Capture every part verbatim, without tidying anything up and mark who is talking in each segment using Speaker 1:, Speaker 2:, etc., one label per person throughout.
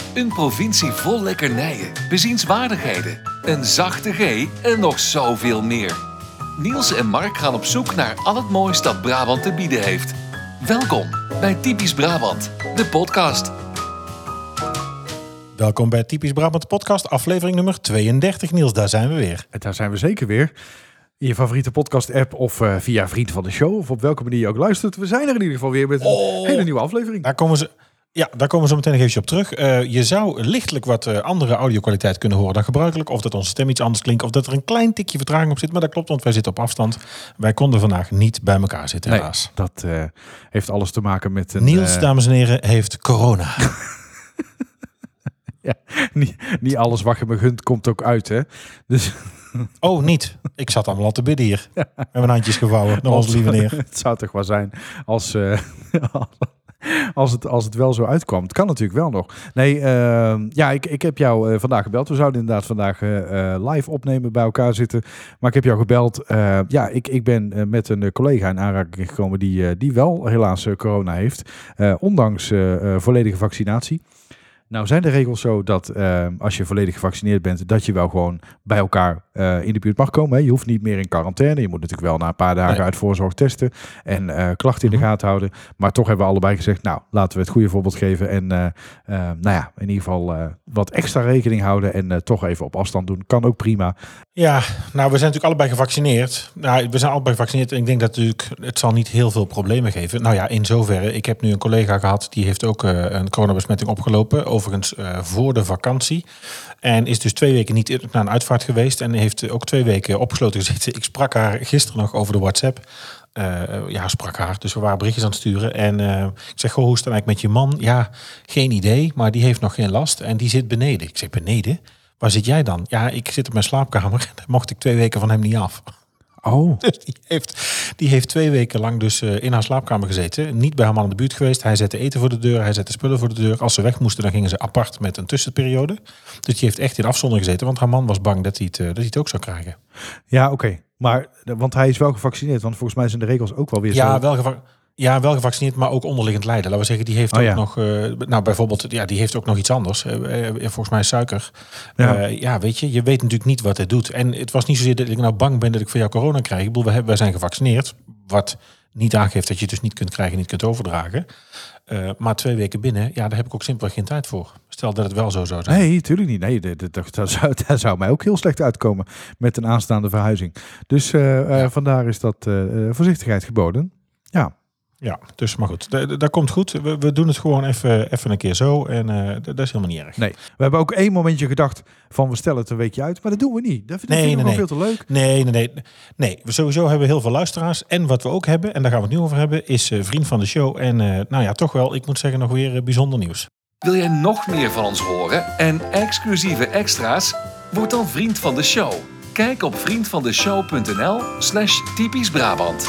Speaker 1: Een provincie vol lekkernijen, bezienswaardigheden, een zachte G en nog zoveel meer. Niels en Mark gaan op zoek naar al het moois dat Brabant te bieden heeft. Welkom bij Typisch Brabant, de podcast.
Speaker 2: Welkom bij Typisch Brabant, de podcast, aflevering nummer tweeëndertig. Niels, daar zijn we weer.
Speaker 3: En daar zijn we zeker weer. In je favoriete podcast-app of uh, via Vriend van de Show. Of op welke manier je ook luistert. We zijn er in ieder geval weer met een oh, hele nieuwe aflevering.
Speaker 2: Daar komen ze... Ja, daar komen we zo meteen nog even op terug. Uh, je zou lichtelijk wat uh, andere audio-kwaliteit kunnen horen dan gebruikelijk. Of dat onze stem iets anders klinkt. Of dat er een klein tikje vertraging op zit. Maar dat klopt, want wij zitten op afstand. Wij konden vandaag niet bij elkaar zitten,
Speaker 3: nee,
Speaker 2: helaas.
Speaker 3: Dat uh, heeft alles te maken met... Een,
Speaker 2: Niels,
Speaker 3: uh...
Speaker 2: dames en heren, heeft corona.
Speaker 3: ja, niet, niet alles wat je me gunt komt ook uit, hè. Dus...
Speaker 2: Oh, niet. Ik zat allemaal al te bidden hier. Ja. Met mijn handjes gevouwen naar onze lieve neer.
Speaker 3: Het zou toch wel zijn als... Uh, Als het, als het wel zo uitkwam. Het kan natuurlijk wel nog. Nee, uh, ja, ik, ik heb jou uh, vandaag gebeld. We zouden inderdaad vandaag uh, live opnemen, bij elkaar zitten. Maar ik heb jou gebeld. Uh, ja, ik, ik ben uh, met een collega in aanraking gekomen die, uh, die wel helaas uh, corona heeft. Uh, ondanks uh, uh, volledige vaccinatie. Nou zijn de regels zo dat uh, als je volledig gevaccineerd bent, dat je wel gewoon bij elkaar uh, in de buurt mag komen. Hè. Je hoeft niet meer in quarantaine. Je moet natuurlijk wel na een paar dagen nee. uit voorzorg testen en uh, klachten in de gaten houden. Maar toch hebben we allebei gezegd, nou, laten we het goede voorbeeld geven. En uh, uh, nou ja, in ieder geval uh, wat extra rekening houden en uh, toch even op afstand doen. Kan ook prima.
Speaker 2: Ja, nou, we zijn natuurlijk allebei gevaccineerd. Nou, we zijn allebei gevaccineerd en ik denk dat natuurlijk, het zal niet heel veel problemen geven. Nou ja, in zoverre. Ik heb nu een collega gehad, die heeft ook uh, een coronabesmetting opgelopen. Overigens uh, voor de vakantie. En is dus twee weken niet naar een uitvaart geweest. En heeft ook twee weken opgesloten gezeten. Ik sprak haar gisteren nog over de WhatsApp. Uh, ja, sprak haar. Dus we waren berichtjes aan het sturen. En uh, ik zeg, goh, hoe is het dan eigenlijk met je man? Ja, geen idee, maar die heeft nog geen last. En die zit beneden. Ik zeg, beneden? Waar zit jij dan? Ja, ik zit op mijn slaapkamer. Daar mocht ik twee weken van hem niet af.
Speaker 3: Oh.
Speaker 2: Dus die heeft, die heeft twee weken lang dus uh, in haar slaapkamer gezeten. Niet bij haar man in de buurt geweest. Hij zette eten voor de deur. Hij zette spullen voor de deur. Als ze weg moesten, dan gingen ze apart met een tussenperiode. Dus die heeft echt in afzondering gezeten. Want haar man was bang dat hij het, uh, dat hij het ook zou krijgen.
Speaker 3: Ja, oké. Okay. Maar, want hij is wel gevaccineerd. Want volgens mij zijn de regels ook wel weer
Speaker 2: ja,
Speaker 3: zo...
Speaker 2: wel gevaccineerd. Ja, wel gevaccineerd, maar ook onderliggend lijden. Laten we zeggen, die heeft oh, ook ja. nog... Uh, nou, bijvoorbeeld, ja, die heeft ook nog iets anders. Uh, uh, volgens mij suiker. Ja. Uh, ja, weet je, je weet natuurlijk niet wat het doet. En het was niet zozeer dat ik nou bang ben dat ik voor jou corona krijg. Ik bedoel, wij, wij zijn gevaccineerd. Wat niet aangeeft dat je het dus niet kunt krijgen, niet kunt overdragen. Uh, maar twee weken binnen, ja, daar heb ik ook simpelweg geen tijd voor. Stel dat het wel zo zou zijn.
Speaker 3: Nee, natuurlijk niet. Nee, dat, dat, dat, zou, dat zou mij ook heel slecht uitkomen met een aanstaande verhuizing. Dus uh, ja. uh, vandaar is dat uh, voorzichtigheid geboden. Ja.
Speaker 2: Ja, dus maar goed, dat, dat komt goed. We, we doen het gewoon even, even een keer zo en uh, dat, dat is helemaal niet erg.
Speaker 3: Nee, we hebben ook één momentje gedacht van we stellen het een weekje uit, maar dat doen we niet. Dat vind,
Speaker 2: nee,
Speaker 3: dat vind
Speaker 2: nee,
Speaker 3: ik
Speaker 2: nee.
Speaker 3: veel te leuk.
Speaker 2: Nee, nee, nee. Nee, we sowieso hebben we heel veel luisteraars. En wat we ook hebben, en daar gaan we het nu over hebben, is uh, vriend van de show. En uh, nou ja, toch wel, ik moet zeggen, nog weer uh, bijzonder nieuws.
Speaker 1: Wil jij nog meer van ons horen en exclusieve extra's? Word dan vriend van de show. Kijk op vriendvandeshow.nl slash typisch Brabant.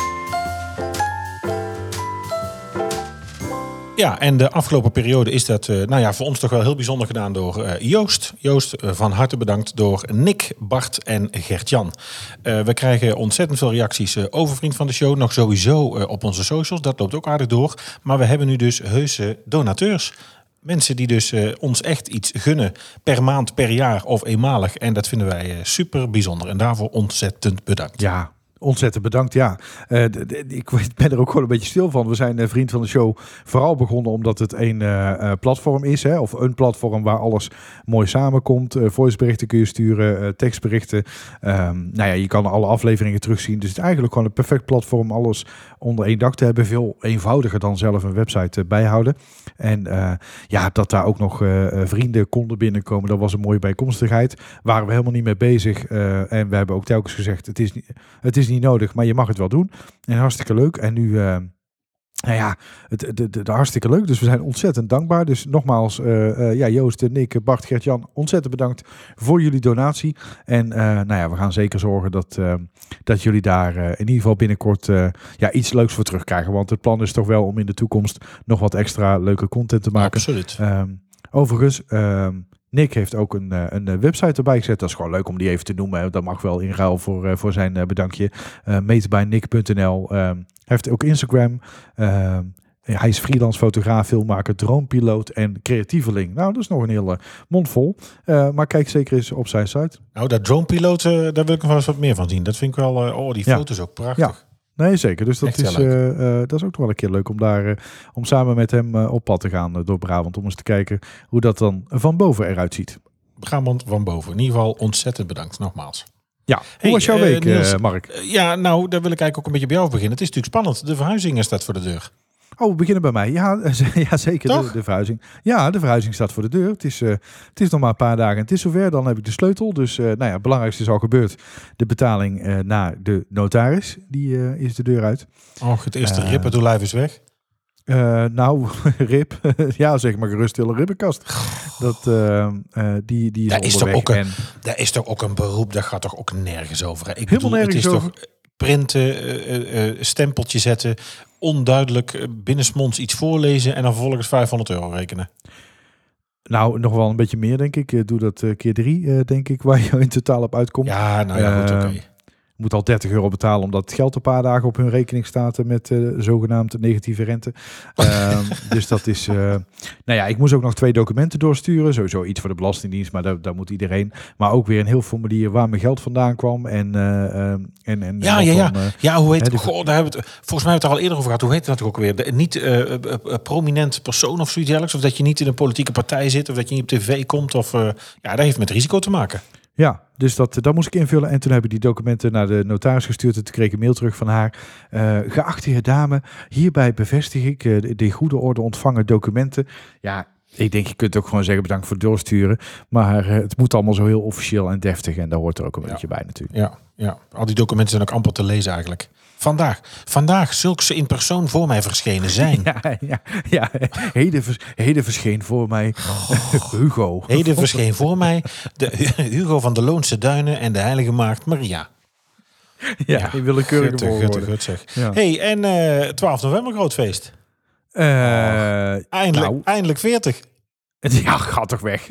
Speaker 2: Ja, en de afgelopen periode is dat uh, nou ja, voor ons toch wel heel bijzonder gedaan door uh, Joost. Joost, uh, van harte bedankt door Nick, Bart en Gert-Jan. Uh, we krijgen ontzettend veel reacties uh, over Vriend van de Show. Nog sowieso uh, op onze socials, dat loopt ook aardig door. Maar we hebben nu dus heuse donateurs. Mensen die dus uh, ons echt iets gunnen per maand, per jaar of eenmalig. En dat vinden wij uh, super bijzonder. En daarvoor ontzettend bedankt.
Speaker 3: Ja. Ontzettend bedankt, ja. Uh, d- d- ik ben er ook gewoon een beetje stil van. We zijn uh, vriend van de show vooral begonnen omdat het een uh, uh, platform is. Hè, of een platform waar alles mooi samenkomt. Uh, voiceberichten kun je sturen, uh, tekstberichten. Um, nou ja, je kan alle afleveringen terugzien. Dus het is eigenlijk gewoon een perfect platform. Alles onder één dak te hebben. Veel eenvoudiger dan zelf een website uh, bijhouden. En uh, ja, dat daar ook nog uh, vrienden konden binnenkomen. Dat was een mooie bijkomstigheid. Waren we helemaal niet mee bezig. Uh, en we hebben ook telkens gezegd, het is niet... Het is niet nodig, maar je mag het wel doen. En hartstikke leuk. En nu, uh, nou ja, het, het, het, het hartstikke leuk. Dus we zijn ontzettend dankbaar. Dus nogmaals, uh, uh, ja, Joost, Nick, Bart, Gert-Jan, ontzettend bedankt voor jullie donatie. En uh, nou ja, we gaan zeker zorgen dat, uh, dat jullie daar uh, in ieder geval binnenkort uh, ja, iets leuks voor terugkrijgen. Want het plan is toch wel om in de toekomst nog wat extra leuke content te maken.
Speaker 2: Absoluut.
Speaker 3: Um, overigens... Um, Nick heeft ook een, een website erbij gezet. Dat is gewoon leuk om die even te noemen. Dat mag wel in ruil voor, voor zijn bedankje. Uh, made by nick punt n l. Uh, hij heeft ook Instagram. Uh, Hij is freelance fotograaf, filmmaker, dronepiloot en creatieveling. Nou, dat is nog een hele mond vol. Uh, maar kijk zeker eens op zijn site.
Speaker 2: Nou, dat dronepiloot, uh, daar wil ik nog wel eens wat meer van zien. Dat vind ik wel, uh, oh, die
Speaker 3: ja.
Speaker 2: foto's ook prachtig.
Speaker 3: Ja. Nee, zeker. Dus dat is, uh, uh, dat is ook nog wel een keer leuk om daar uh, om samen met hem uh, op pad te gaan uh, door Brabant. Om eens te kijken hoe dat dan van boven eruit ziet.
Speaker 2: Brabant van boven. In ieder geval ontzettend bedankt, nogmaals.
Speaker 3: Ja, hoe
Speaker 2: hey,
Speaker 3: was jouw
Speaker 2: uh,
Speaker 3: week,
Speaker 2: Niels,
Speaker 3: uh, Mark?
Speaker 2: Uh, ja, nou, daar wil ik eigenlijk ook een beetje bij jou beginnen. Het is natuurlijk spannend. De verhuizing staat voor de deur.
Speaker 3: Oh, we beginnen bij mij. Ja, ja zeker. De, de verhuizing. Ja, de verhuizing staat voor de deur. Het is, uh, het is nog maar een paar dagen en het is zover. Dan heb ik de sleutel. Dus uh, nou ja, het belangrijkste is al gebeurd. De betaling uh, naar de notaris. Die uh, is de deur uit.
Speaker 2: Oh, het eerste
Speaker 3: Uh,
Speaker 2: rippen lijf is weg.
Speaker 3: Uh, nou, rip. Ja, zeg maar gerust hele ribbenkast. Dat, uh, uh, die, die is
Speaker 2: Daar is, toch
Speaker 3: onderweg.
Speaker 2: ook een,
Speaker 3: En
Speaker 2: daar is toch ook een beroep, daar gaat toch ook nergens over. Hè? Ik
Speaker 3: helemaal
Speaker 2: bedoel,
Speaker 3: nergens
Speaker 2: het is
Speaker 3: over.
Speaker 2: toch printen, uh, uh, stempeltje zetten, onduidelijk uh, binnensmonds iets voorlezen en dan vervolgens vijfhonderd euro rekenen.
Speaker 3: Nou, nog wel een beetje meer, denk ik. Uh, doe dat uh, keer drie, uh, denk ik, waar je in totaal op uitkomt.
Speaker 2: Ja, nou ja, goed,
Speaker 3: Uh,
Speaker 2: oké. Okay.
Speaker 3: Moet al dertig euro betalen omdat het geld een paar dagen op hun rekening staat met uh, zogenaamd negatieve rente. Uh, dus dat is... Uh, nou ja, ik moest ook nog twee documenten doorsturen. Sowieso iets voor de Belastingdienst, maar daar, daar moet iedereen. Maar ook weer een heel formulier waar mijn geld vandaan kwam. En, uh, uh, en, en
Speaker 2: Ja, ja, ja.
Speaker 3: Van, uh,
Speaker 2: ja, hoe heet het?
Speaker 3: de...
Speaker 2: Goh, daar hebben we het, volgens mij hebben we het er al eerder over gehad. Hoe heet dat ook alweer? De, niet uh, uh, uh, prominent persoon of zoiets dergelijks. Of dat je niet in een politieke partij zit. Of dat je niet op tv komt. Of, uh, ja, dat heeft met risico te maken.
Speaker 3: Ja, dus dat, dat moest ik invullen. En toen heb ik die documenten naar de notaris gestuurd. En toen kreeg ik een mail terug van haar. Uh, geachte heer dame, hierbij bevestig ik uh, de, de goede orde ontvangen documenten. Ja, ik denk je kunt ook gewoon zeggen bedankt voor het doorsturen. Maar uh, het moet allemaal zo heel officieel en deftig. En daar hoort er ook een ja. beetje bij natuurlijk.
Speaker 2: Ja, ja, al die documenten zijn ook amper te lezen eigenlijk. Vandaag, vandaag zulke ze in persoon voor mij verschenen zijn.
Speaker 3: Ja, ja, ja. Heden, vers, heden verscheen voor mij oh. Hugo.
Speaker 2: Heden verscheen voor mij de Hugo van de Loonse Duinen en de heilige maagd Maria.
Speaker 3: Ja, ja. In willekeurige
Speaker 2: volgorde. Gut, zeg. Ja. Hey, en uh, twaalf november groot feest.
Speaker 3: Uh,
Speaker 2: oh. Eindelijk, nou. eindelijk veertig.
Speaker 3: Ja, gaat toch weg.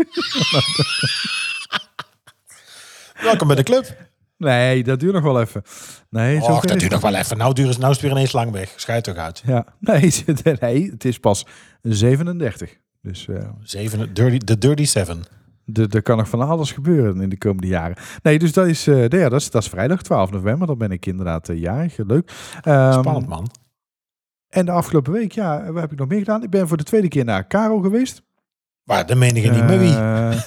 Speaker 2: Welkom bij de club.
Speaker 3: Nee, dat duurt nog wel even. Nee,
Speaker 2: Och, dat duurt nog wel even. Nou, duurt, nou is het weer ineens lang weg. Schijt toch uit.
Speaker 3: Ja, nee, nee, het is pas zevenendertig. Dus, uh,
Speaker 2: Zeven, dirty, de Dirty Seven.
Speaker 3: Er kan nog van alles gebeuren in de komende jaren. Nee, dus dat is, uh, ja, dat is, dat is vrijdag twaalf november. Dan ben ik inderdaad uh, jarig. Leuk. Um,
Speaker 2: Spannend, man.
Speaker 3: En de afgelopen week, ja, wat heb ik nog meer gedaan? Ik ben voor de tweede keer naar Caro geweest.
Speaker 2: Maar dat meen ik niet meer wie.
Speaker 3: Uh,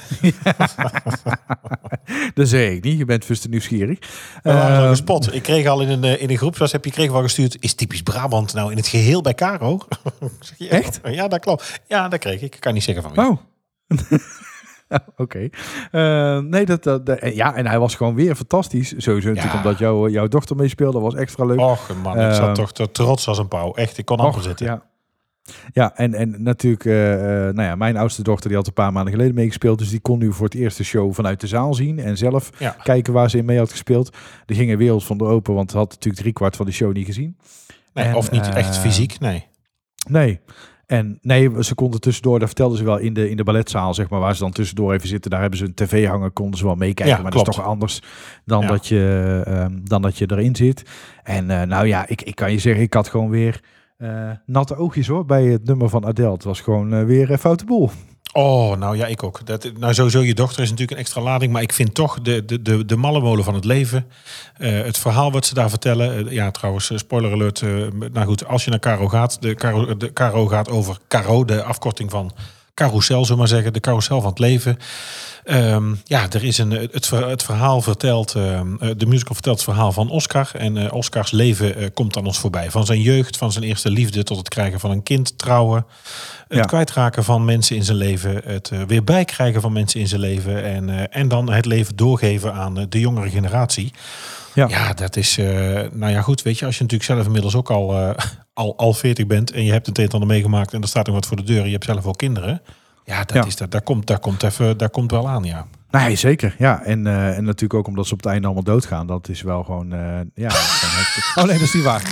Speaker 3: dat zeg ik niet. Je bent vast nieuwsgierig.
Speaker 2: We waren uh, gespot. Ik kreeg al in een, in een groepswas, heb je kreeg wel gestuurd, is typisch Brabant nou in het geheel bij Caro? ja,
Speaker 3: echt?
Speaker 2: Ja, dat klopt. Ja, dat kreeg ik. Ik kan niet zeggen van wie.
Speaker 3: Oh. Oké. Okay. Uh, nee, dat, dat, dat, ja, en hij was gewoon weer fantastisch. Sowieso ja. natuurlijk omdat jou, jouw dochter meespeelde. Dat was extra leuk.
Speaker 2: Och man, ik uh, zat toch te trots als een pauw. Echt, ik kon amper zitten.
Speaker 3: Ja. Ja, en, en natuurlijk, uh, uh, nou ja, mijn oudste dochter die had een paar maanden geleden meegespeeld. Dus die kon nu voor het eerst de show vanuit de zaal zien. En zelf ja. kijken waar ze in mee had gespeeld. Er ging een wereld van de open, want ze had natuurlijk driekwart van de show niet gezien.
Speaker 2: Nee,
Speaker 3: en,
Speaker 2: of niet uh, echt fysiek, nee.
Speaker 3: Nee. En nee, ze konden tussendoor, dat vertelden ze wel in de, in de balletzaal, zeg maar, waar ze dan tussendoor even zitten. Daar hebben ze een tv hangen, konden ze wel meekijken. Ja, maar klopt. Dat is toch anders dan, ja. dat je, um, dan dat je erin zit. En uh, nou ja, ik, ik kan je zeggen, ik had gewoon weer uh, natte oogjes hoor, bij het nummer van Adele. Het was gewoon uh, weer een foute boel.
Speaker 2: Oh, nou ja, ik ook. Dat, nou, sowieso, je dochter is natuurlijk een extra lading. Maar ik vind toch de, de, de, de malle molen van het leven. Uh, het verhaal wat ze daar vertellen. Uh, ja, trouwens, uh, spoiler alert. Uh, nou goed, als je naar Caro gaat. De Caro, de Caro gaat over Caro, de afkorting van carousel, zullen we maar zeggen. De carousel van het leven. Um, ja, er is een, het, het verhaal vertelt, uh, de musical vertelt het verhaal van Oscar. En uh, Oscars leven uh, komt aan ons voorbij. Van zijn jeugd, van zijn eerste liefde tot het krijgen van een kind, trouwen. Het ja. kwijtraken van mensen in zijn leven. Het uh, weer bijkrijgen van mensen in zijn leven. En, uh, en dan het leven doorgeven aan uh, de jongere generatie. Ja. ja, dat is... Uh, nou ja, goed, weet je, als je natuurlijk zelf inmiddels ook al, uh, al, al veertig bent... en je hebt een tegenstander meegemaakt en er staat nog wat voor de deur... en je hebt zelf ook kinderen... Ja, dat ja. Is dat. Daar komt, daar komt even, daar komt wel aan, ja.
Speaker 3: Nee, zeker. Ja, en, uh, en natuurlijk ook omdat ze op het einde allemaal doodgaan. Dat is wel gewoon, uh, ja. Oh nee, dat is niet waar.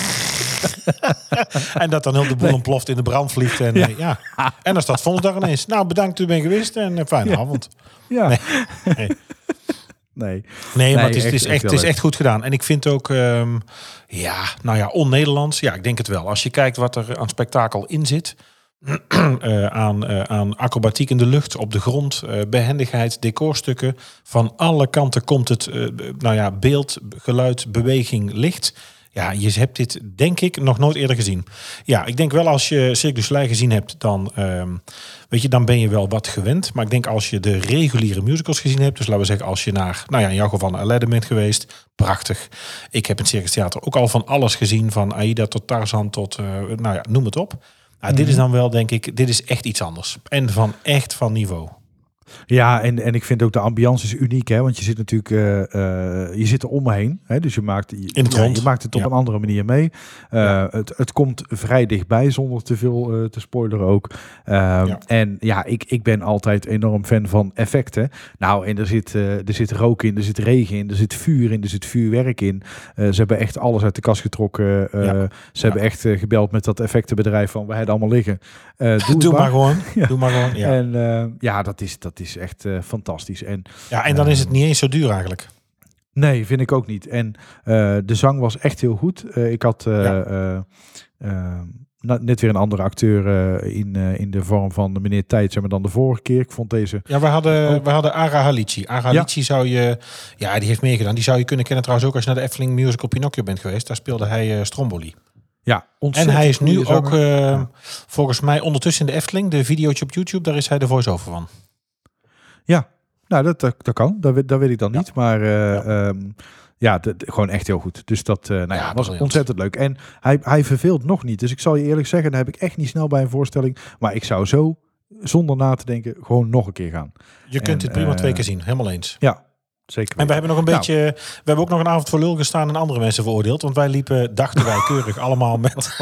Speaker 2: En dat dan heel de boel nee. ontploft in de brand vliegt. En, ja. Uh, ja. en dan staat volgende dag ineens. Nou, bedankt, u bent geweest en uh, fijne ja. avond.
Speaker 3: Ja.
Speaker 2: Nee. Nee.
Speaker 3: Nee,
Speaker 2: Nee, maar
Speaker 3: Nee,
Speaker 2: het is, het is
Speaker 3: echt-
Speaker 2: echt,
Speaker 3: echt
Speaker 2: het is
Speaker 3: wel
Speaker 2: echt goed gedaan. En ik vind ook, um, ja, nou ja, on-Nederlands. Ja, ik denk het wel. Als je kijkt wat er aan spektakel in zit. uh, aan, uh, aan acrobatiek in de lucht, op de grond, uh, behendigheid, decorstukken. Van alle kanten komt het, uh, nou ja, beeld, geluid, beweging, licht. Ja, je hebt dit, denk ik, nog nooit eerder gezien. Ja, ik denk wel als je Cirque du Soleil gezien hebt, dan, um, weet je, dan ben je wel wat gewend. Maar ik denk als je de reguliere musicals gezien hebt, dus laten we zeggen als je naar, nou ja, in jouw geval naar Aladdin bent geweest, prachtig. Ik heb in het Circus Theater ook al van alles gezien, van Aida tot Tarzan tot, uh, nou ja, noem het op. Nou, mm-hmm. Dit is dan wel, denk ik, dit is echt iets anders. En van echt van niveau.
Speaker 3: Ja, en, en ik vind ook de ambiance is uniek, hè? Want je zit natuurlijk, uh, uh, je zit er om me heen, hè? Dus je maakt, je,
Speaker 2: In het
Speaker 3: ja,
Speaker 2: rond.
Speaker 3: je maakt het op
Speaker 2: Ja.
Speaker 3: een andere manier mee. Uh,
Speaker 2: Ja.
Speaker 3: het, het komt vrij dichtbij, zonder te veel uh, te spoileren ook. Uh, ja. En ja, ik, ik ben altijd enorm fan van effecten. Nou, en er zit, uh, er zit rook in, er zit regen in, er zit vuur in, er zit vuurwerk in. Uh, ze hebben echt alles uit de kast getrokken. Uh, ja. Ze hebben ja. echt uh, gebeld met dat effectenbedrijf van, we hebben allemaal liggen. Uh, doe
Speaker 2: doe maar. maar gewoon.
Speaker 3: Ja.
Speaker 2: Doe maar gewoon. Ja.
Speaker 3: En uh, ja, dat is, dat is echt uh, fantastisch. En,
Speaker 2: ja, en dan uh, is het niet eens zo duur eigenlijk.
Speaker 3: Nee, vind ik ook niet. En uh, de zang was echt heel goed. Uh, ik had uh, ja. uh, uh, net weer een andere acteur uh, in, uh, in de vorm van de meneer Tijd, zeg maar dan de vorige keer. Ik vond deze...
Speaker 2: Ja, we hadden, oh. we hadden Ara Halici. Ara Halici ja. zou je... Ja, die heeft meegedaan. Die zou je kunnen kennen trouwens ook als je naar de Efteling Musical Pinocchio bent geweest. Daar speelde hij uh, Stromboli.
Speaker 3: Ja,
Speaker 2: en hij is nu ook, uh, ja. volgens mij, ondertussen in de Efteling, de videootje op YouTube, daar is hij de voice-over van.
Speaker 3: Ja, nou, dat, dat, dat kan. Dat, dat weet ik dan ja. niet. Maar uh, ja, um, ja de, de, gewoon echt heel goed. Dus dat uh, nou ja, ja, was briljant. Ontzettend leuk. En hij, hij verveelt nog niet. Dus ik zal je eerlijk zeggen, daar heb ik echt niet snel bij een voorstelling. Maar ik zou zo, zonder na te denken, gewoon nog een keer gaan.
Speaker 2: Je kunt dit prima uh, twee keer zien. Helemaal eens.
Speaker 3: Ja. Zeker.
Speaker 2: En we hebben nog een beetje, nou. we hebben ook nog een avond voor lul gestaan en andere mensen veroordeeld. Want wij liepen, dachten wij keurig allemaal met,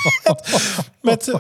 Speaker 2: met,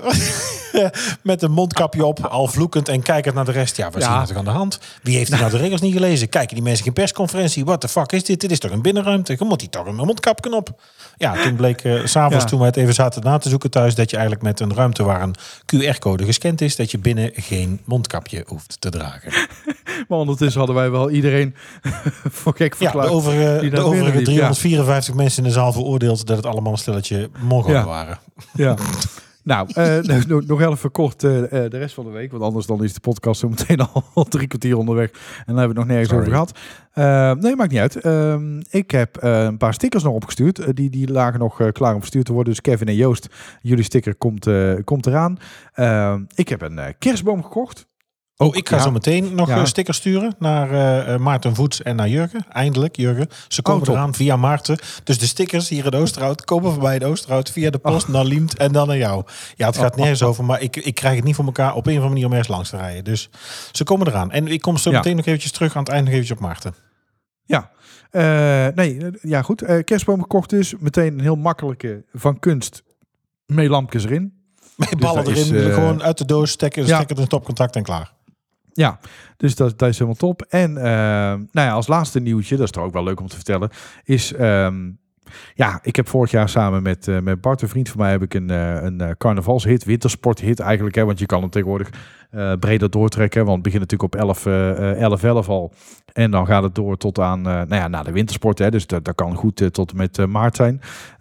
Speaker 2: met, met een mondkapje op, al vloekend en kijkend naar de rest. Ja, wat ja. is er aan de hand? Wie heeft nou de regels niet gelezen? Kijken die mensen geen persconferentie? What the fuck is dit? Dit is toch een binnenruimte? Je moet hier toch een mondkapje op? Ja, toen bleek uh, s'avonds, ja. toen we het even zaten na te zoeken thuis, dat je eigenlijk met een ruimte waar een Q R-code gescand is, dat je binnen geen mondkapje hoeft te dragen.
Speaker 3: Maar ondertussen hadden wij wel iedereen voor gek verklaard.
Speaker 2: Ja, de overige, de overige driehonderdvierenvijftig ja. mensen in de zaal veroordeeld dat het allemaal een stelletje Mongolen ja. waren.
Speaker 3: Ja. Nou, uh, nog, nog even kort uh, de rest van de week. Want anders dan is de podcast zo meteen al drie kwartier onderweg. En dan hebben we het nog nergens Sorry. over gehad. Uh, nee, maakt niet uit. Uh, ik heb uh, een paar stickers nog opgestuurd. Uh, die, die lagen nog uh, klaar om verstuurd te worden. Dus Kevin en Joost, jullie sticker komt, uh, komt eraan. Uh, ik heb een uh, kerstboom gekocht.
Speaker 2: Oh, ik ga ja. zo meteen nog ja. stickers sturen naar uh, Maarten Voets en naar Jurgen. Eindelijk, Jurgen. Ze komen oh, eraan via Maarten. Dus de stickers hier in Oosterhout komen voorbij in Oosterhout via de post oh. naar Liemt en dan naar jou. Ja, het gaat nergens over, maar ik, ik krijg het niet voor elkaar op een of andere manier om ergens langs te rijden. Dus ze komen eraan. En ik kom zo ja. meteen nog eventjes terug aan het eind nog eventjes op Maarten.
Speaker 3: Ja, uh, nee, ja goed. Uh, kerstboom gekocht dus. Meteen een heel makkelijke van kunst. Met lampjes erin.
Speaker 2: Met dus ballen erin. Is, uh, gewoon uit de doos stekken, ja. stekken een stopcontact en klaar.
Speaker 3: Ja, dus dat, dat is helemaal top. En uh, nou ja, als laatste nieuwtje, dat is toch ook wel leuk om te vertellen, is... Um, ja, ik heb vorig jaar samen met, uh, met Bart, een vriend van mij, heb ik een, uh, een uh, carnavalshit, wintersporthit eigenlijk. Hè, want je kan hem tegenwoordig uh, breder doortrekken. Want het begint natuurlijk op elf elf al. En dan gaat het door tot aan, uh, nou ja, naar de wintersport. Hè, dus dat, dat kan goed uh, tot en met uh, maart zijn.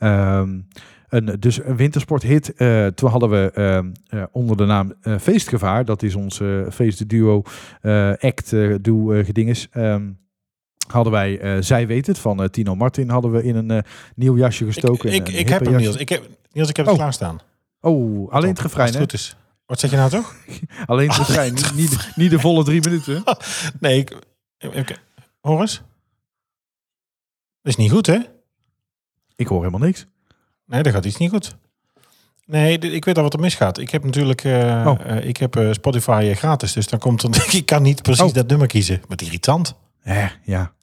Speaker 3: Um, Een, dus een wintersporthit. Uh, toen hadden we uh, uh, onder de naam uh, Feestgevaar. Dat is ons uh, feestduo uh, act uh, doe uh, gedinges. Um, hadden wij uh, Zij Weet Het van uh, Tino Martin hadden we in een uh, nieuw jasje gestoken.
Speaker 2: Ik, ik,
Speaker 3: een,
Speaker 2: ik
Speaker 3: een
Speaker 2: heb hem, Niels. Ik heb, Niels, ik heb het oh. klaarstaan.
Speaker 3: Oh, alleen het refrein, hè?
Speaker 2: Goed is. Wat zeg je nou toch?
Speaker 3: Alleen het refrein, niet, niet, niet de volle drie minuten.
Speaker 2: Nee, ik, ik, hoor eens. Dat is niet goed, hè?
Speaker 3: Ik hoor helemaal niks.
Speaker 2: Nee, dat gaat iets niet goed. Nee, ik weet al wat er misgaat. Ik heb natuurlijk uh, oh. uh, ik heb uh, Spotify uh, gratis, dus dan komt er... Ik kan niet precies oh. dat nummer kiezen. Wat irritant.
Speaker 3: Eh, ja.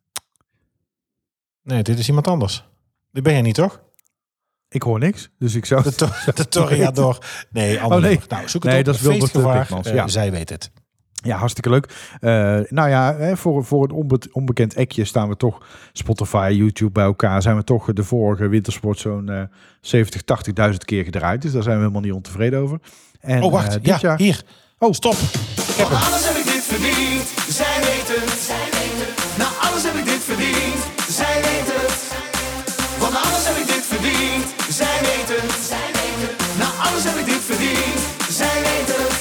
Speaker 2: Nee, dit is iemand anders. Dit ben jij niet, toch?
Speaker 3: Ik hoor niks, dus ik zou...
Speaker 2: De, to- de Toreador. Nee, ander
Speaker 3: oh, nee.
Speaker 2: Nou, zoek het
Speaker 3: nee,
Speaker 2: op.
Speaker 3: Dat is Feestgevaar.
Speaker 2: Uh, ja. Zij Weet Het.
Speaker 3: Ja, hartstikke leuk. Uh, nou ja, hè, voor, voor een onbe- onbekend ekje staan we toch Spotify, YouTube bij elkaar. Zijn we toch de vorige wintersport zo'n uh, zeventig, tachtigduizend keer gedraaid. Dus daar zijn we helemaal niet ontevreden over. En,
Speaker 2: oh, wacht.
Speaker 3: Uh, dit
Speaker 2: ja,
Speaker 3: jaar...
Speaker 2: hier.
Speaker 3: Oh,
Speaker 2: stop. Ik heb hem.
Speaker 4: verdiend. Zij weten het. Nou, alles heb ik dit verdiend. Zij weten het. Want alles heb ik dit verdiend. Zij weten het. Nou, alles heb ik dit verdiend. Zij weten het.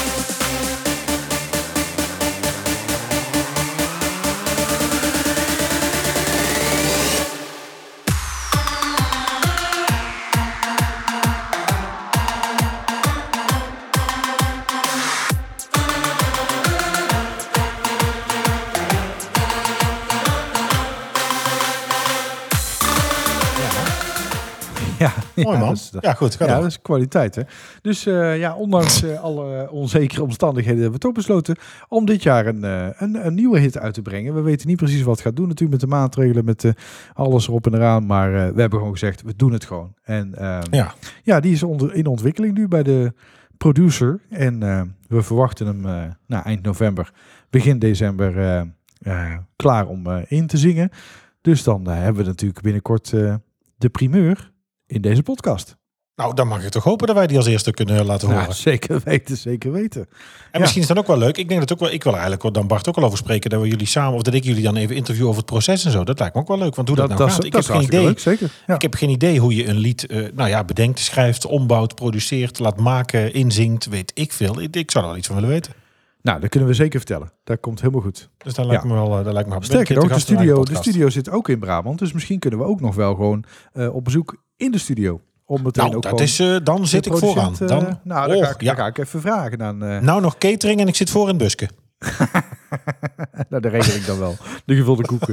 Speaker 3: Ja,
Speaker 2: Mooi
Speaker 3: ja,
Speaker 2: man.
Speaker 3: dat is-
Speaker 2: Ja, goed. Ga
Speaker 3: Ja,
Speaker 2: door.
Speaker 3: dat is kwaliteit, hè. Dus eh, ja, ondanks eh, alle onzekere omstandigheden hebben we toch besloten om dit jaar een, eh, een, een nieuwe hit uit te brengen. We weten niet precies wat het gaat doen natuurlijk met de maatregelen, met eh, alles erop en eraan. Maar eh, we hebben gewoon gezegd, we doen het gewoon. En eh,
Speaker 2: Ja.
Speaker 3: ja, die is onder, in ontwikkeling nu bij de producer. En eh, we verwachten hem eh, nou, eind november, begin december eh, eh, klaar om eh, in te zingen. Dus dan eh, hebben we natuurlijk binnenkort eh, de primeur in deze podcast.
Speaker 2: Nou, dan mag ik toch hopen dat wij die als eerste kunnen laten horen.
Speaker 3: Ja, zeker weten, zeker weten.
Speaker 2: En
Speaker 3: Ja.
Speaker 2: misschien is dat ook wel leuk. Ik denk dat ook wel. Ik wil er eigenlijk dan Bart ook al over spreken. Dat we jullie samen, of dat ik jullie dan even interview over het proces en zo. Dat lijkt me ook wel leuk. Want hoe dat, nou
Speaker 3: is-
Speaker 2: gaat. Ik
Speaker 3: dat
Speaker 2: heb
Speaker 3: is
Speaker 2: geen idee.
Speaker 3: hartstikke leuk, zeker. Ja.
Speaker 2: Ik heb geen idee hoe je een lied, eh, nou ja, bedenkt, schrijft, ombouwt, produceert, laat maken, inzingt, weet ik veel. Ik, ik zou er wel iets van willen weten.
Speaker 3: Nou, dat kunnen we zeker vertellen. Dat komt helemaal goed.
Speaker 2: Dus dat lijkt
Speaker 3: Ja.
Speaker 2: me wel. eh, Dat lijkt me wel.
Speaker 3: Sterker
Speaker 2: Ben
Speaker 3: nog,
Speaker 2: ik
Speaker 3: de
Speaker 2: te gast in een
Speaker 3: studio,
Speaker 2: eigen
Speaker 3: de
Speaker 2: podcast.
Speaker 3: studio zit ook in Brabant. Dus misschien kunnen we ook nog wel gewoon eh, op bezoek in de studio. Om meteen
Speaker 2: Nou,
Speaker 3: ook
Speaker 2: dat
Speaker 3: gewoon
Speaker 2: is, eh, dan
Speaker 3: de
Speaker 2: zit ik vooraan.
Speaker 3: producent,
Speaker 2: Dan,
Speaker 3: eh, nou, dan,
Speaker 2: Och,
Speaker 3: ga ik,
Speaker 2: ja.
Speaker 3: dan ga ik even vragen aan... eh
Speaker 2: Nou, nog catering en ik zit voor in het busken.
Speaker 3: nou, de regel ik dan wel. De gevulde koeken.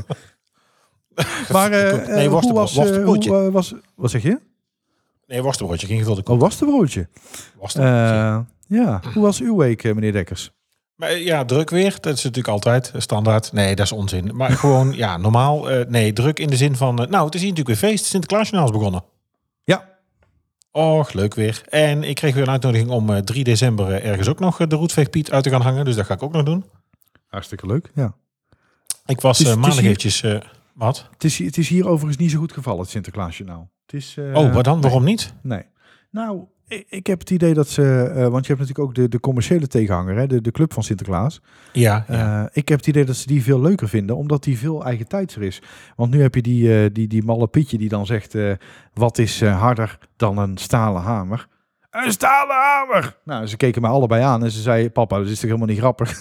Speaker 3: Maar eh,
Speaker 2: Nee,
Speaker 3: eh, hoe
Speaker 2: worstenbrood-
Speaker 3: was, eh,
Speaker 2: worstenbroodje.
Speaker 3: hoe, eh, was... Wat zeg je?
Speaker 2: Nee, worstenbroodje, geen gevulde
Speaker 3: Oh,
Speaker 2: koek.
Speaker 3: was de broodje?
Speaker 2: Worstenbroodje.
Speaker 3: Eh ja, hoe was uw week, eh, meneer Dekkers?
Speaker 2: Maar eh, ja, druk weer. Dat is natuurlijk altijd eh, standaard. Nee, dat is onzin. Maar gewoon, ja, normaal. eh, nee, druk in de zin van... eh, nou, het is hier natuurlijk weer feest. Sinterklaasjournaal is begonnen.
Speaker 3: Ja.
Speaker 2: Och, leuk weer. En ik kreeg weer een uitnodiging om eh, drie december eh, ergens ook nog eh, de Roetveegpiet uit te gaan hangen. Dus dat ga ik ook nog doen.
Speaker 3: Hartstikke leuk, ja.
Speaker 2: Ik was
Speaker 3: Het is-
Speaker 2: eh,
Speaker 3: het is
Speaker 2: maandag
Speaker 3: hier-
Speaker 2: eventjes... eh, wat?
Speaker 3: Het is, het is hier overigens niet zo goed gevallen, het Sinterklaasjournaal. Het is, eh,
Speaker 2: Oh, wat dan? Waarom niet?
Speaker 3: Nee. Nou, ik, ik heb het idee dat ze... eh, want je hebt natuurlijk ook de, de commerciële tegenhanger, hè, de, de Club van Sinterklaas.
Speaker 2: Ja, ja.
Speaker 3: Eh, ik heb het idee dat ze die veel leuker vinden, omdat die veel eigen tijdser is. Want nu heb je die, eh, die, die malle Pietje die dan zegt... eh, wat is eh, harder dan een stalen hamer? Een stalen hamer! Nou, ze keken mij allebei aan en ze zei... Papa, dat is toch helemaal niet grappig?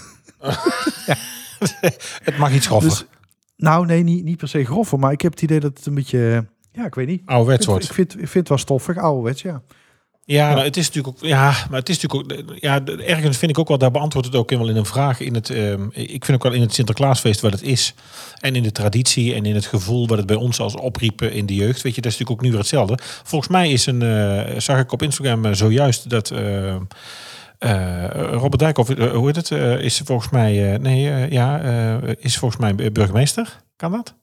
Speaker 2: Het mag iets groffer.
Speaker 3: Dus, nou, nee, niet, niet per se groffer, maar ik heb het idee dat het een beetje... Ja, ik weet niet.
Speaker 2: Ouderwets
Speaker 3: Ik,
Speaker 2: wordt.
Speaker 3: ik, vind, ik vind het wel stoffig, ouderwets, ja.
Speaker 2: Ja, nou, het is natuurlijk ook. Ja, maar het is natuurlijk ook. Ja, de- ergens vind ik ook wel. Daar beantwoordt het ook in wel in een vraag. In het. ehm, ik vind ook wel in het Sinterklaasfeest wat het is. En in de traditie en in het gevoel wat het bij ons als opriepen in de jeugd. Weet je, dat is natuurlijk ook nu weer hetzelfde. Volgens mij is een. eh, zag ik op Instagram eh, zojuist dat. eh, eh, Robert Dijkhoff, eh, hoe heet het? eh, is volgens mij. eh, nee, eh, ja, eh, is volgens mij burgemeester. Kan dat?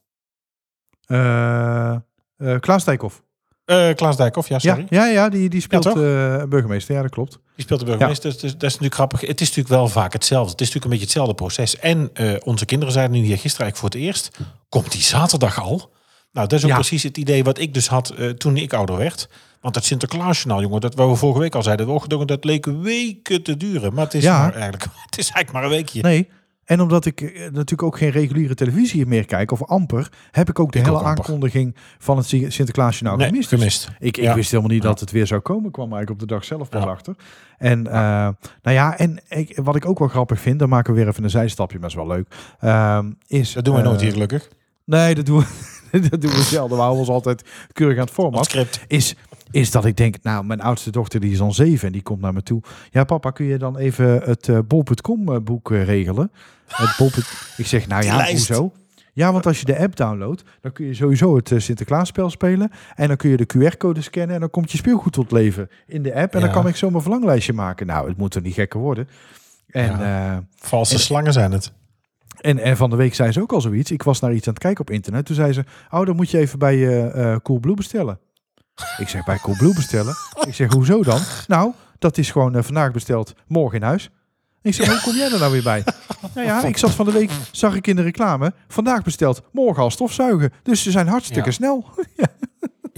Speaker 3: Eh eh, Klaas Dijkhoff.
Speaker 2: Eh, Klaas Dijkhoff, ja, sorry.
Speaker 3: Ja, ja, ja, die, die speelt
Speaker 2: toch?
Speaker 3: eh, burgemeester. Ja, dat klopt.
Speaker 2: Die speelt de burgemeester. Dus, dus dat is natuurlijk grappig. Het is natuurlijk wel vaak hetzelfde. Het is natuurlijk een beetje hetzelfde proces. En eh, onze kinderen zeiden nu hier gisteren eigenlijk voor het eerst. Komt die zaterdag al? Nou, dat is ook
Speaker 3: Ja.
Speaker 2: precies het idee wat ik dus had eh, toen ik ouder werd. Want dat Sinterklaasjournaal, jongen, dat wat we vorige week al zeiden. Och, dat leek weken te duren. Maar het is,
Speaker 3: Ja.
Speaker 2: maar eigenlijk, het is eigenlijk maar een weekje.
Speaker 3: Nee. En omdat ik eh, natuurlijk ook geen reguliere televisie meer kijk, of amper, heb ik ook de
Speaker 2: Ik
Speaker 3: hele
Speaker 2: ook amper.
Speaker 3: aankondiging van het Si- Sinterklaasjournaal
Speaker 2: Nee,
Speaker 3: gemist. Dus
Speaker 2: gemist.
Speaker 3: Ik, ik
Speaker 2: Ja.
Speaker 3: wist helemaal niet
Speaker 2: Ja.
Speaker 3: dat het weer zou komen. Ik kwam eigenlijk op de dag zelf pas
Speaker 2: Ja.
Speaker 3: achter. En eh, nou ja, en ik, wat ik ook wel grappig vind, dan maken we weer even een zijstapje, maar is wel leuk. ehm, is,
Speaker 2: Dat doen we
Speaker 3: eh,
Speaker 2: nooit hier gelukkig.
Speaker 3: Nee, dat doen we, dat doen we zelden. We houden ons altijd keurig aan het
Speaker 2: Op
Speaker 3: format.
Speaker 2: het script.
Speaker 3: Is, is dat ik denk, nou, mijn oudste dochter die is dan zeven en die komt naar me toe. Ja, papa, kun je dan even het uh, bol punt com boek uh, regelen? Het bol. Ik zeg, nou ja,
Speaker 2: lijst.
Speaker 3: hoezo? Ja, want als je de app downloadt, dan kun je sowieso het uh, Sinterklaasspel spelen. En dan kun je de Q R-code scannen en dan komt je speelgoed tot leven in de app. En
Speaker 2: Ja.
Speaker 3: dan kan ik zo mijn verlanglijstje maken. Nou, het moet er niet gekker worden. En,
Speaker 2: Ja.
Speaker 3: uh,
Speaker 2: Valse
Speaker 3: en-
Speaker 2: slangen zijn het.
Speaker 3: en, en van de week zei ze ook al zoiets. Ik was naar iets aan het kijken op internet. Toen zei ze, oh, dan moet je even bij uh, uh, Coolblue bestellen. Ik zeg, bij Coolblue bestellen? Ik zeg, hoezo dan? Nou, dat is gewoon uh, vandaag besteld, morgen in huis. Ik zeg, hoe kom jij er nou weer bij? Nou ja, ik zat van de week, zag ik in de reclame, vandaag besteld, morgen al stofzuigen. Dus ze zijn hartstikke
Speaker 2: Ja.
Speaker 3: snel. ja.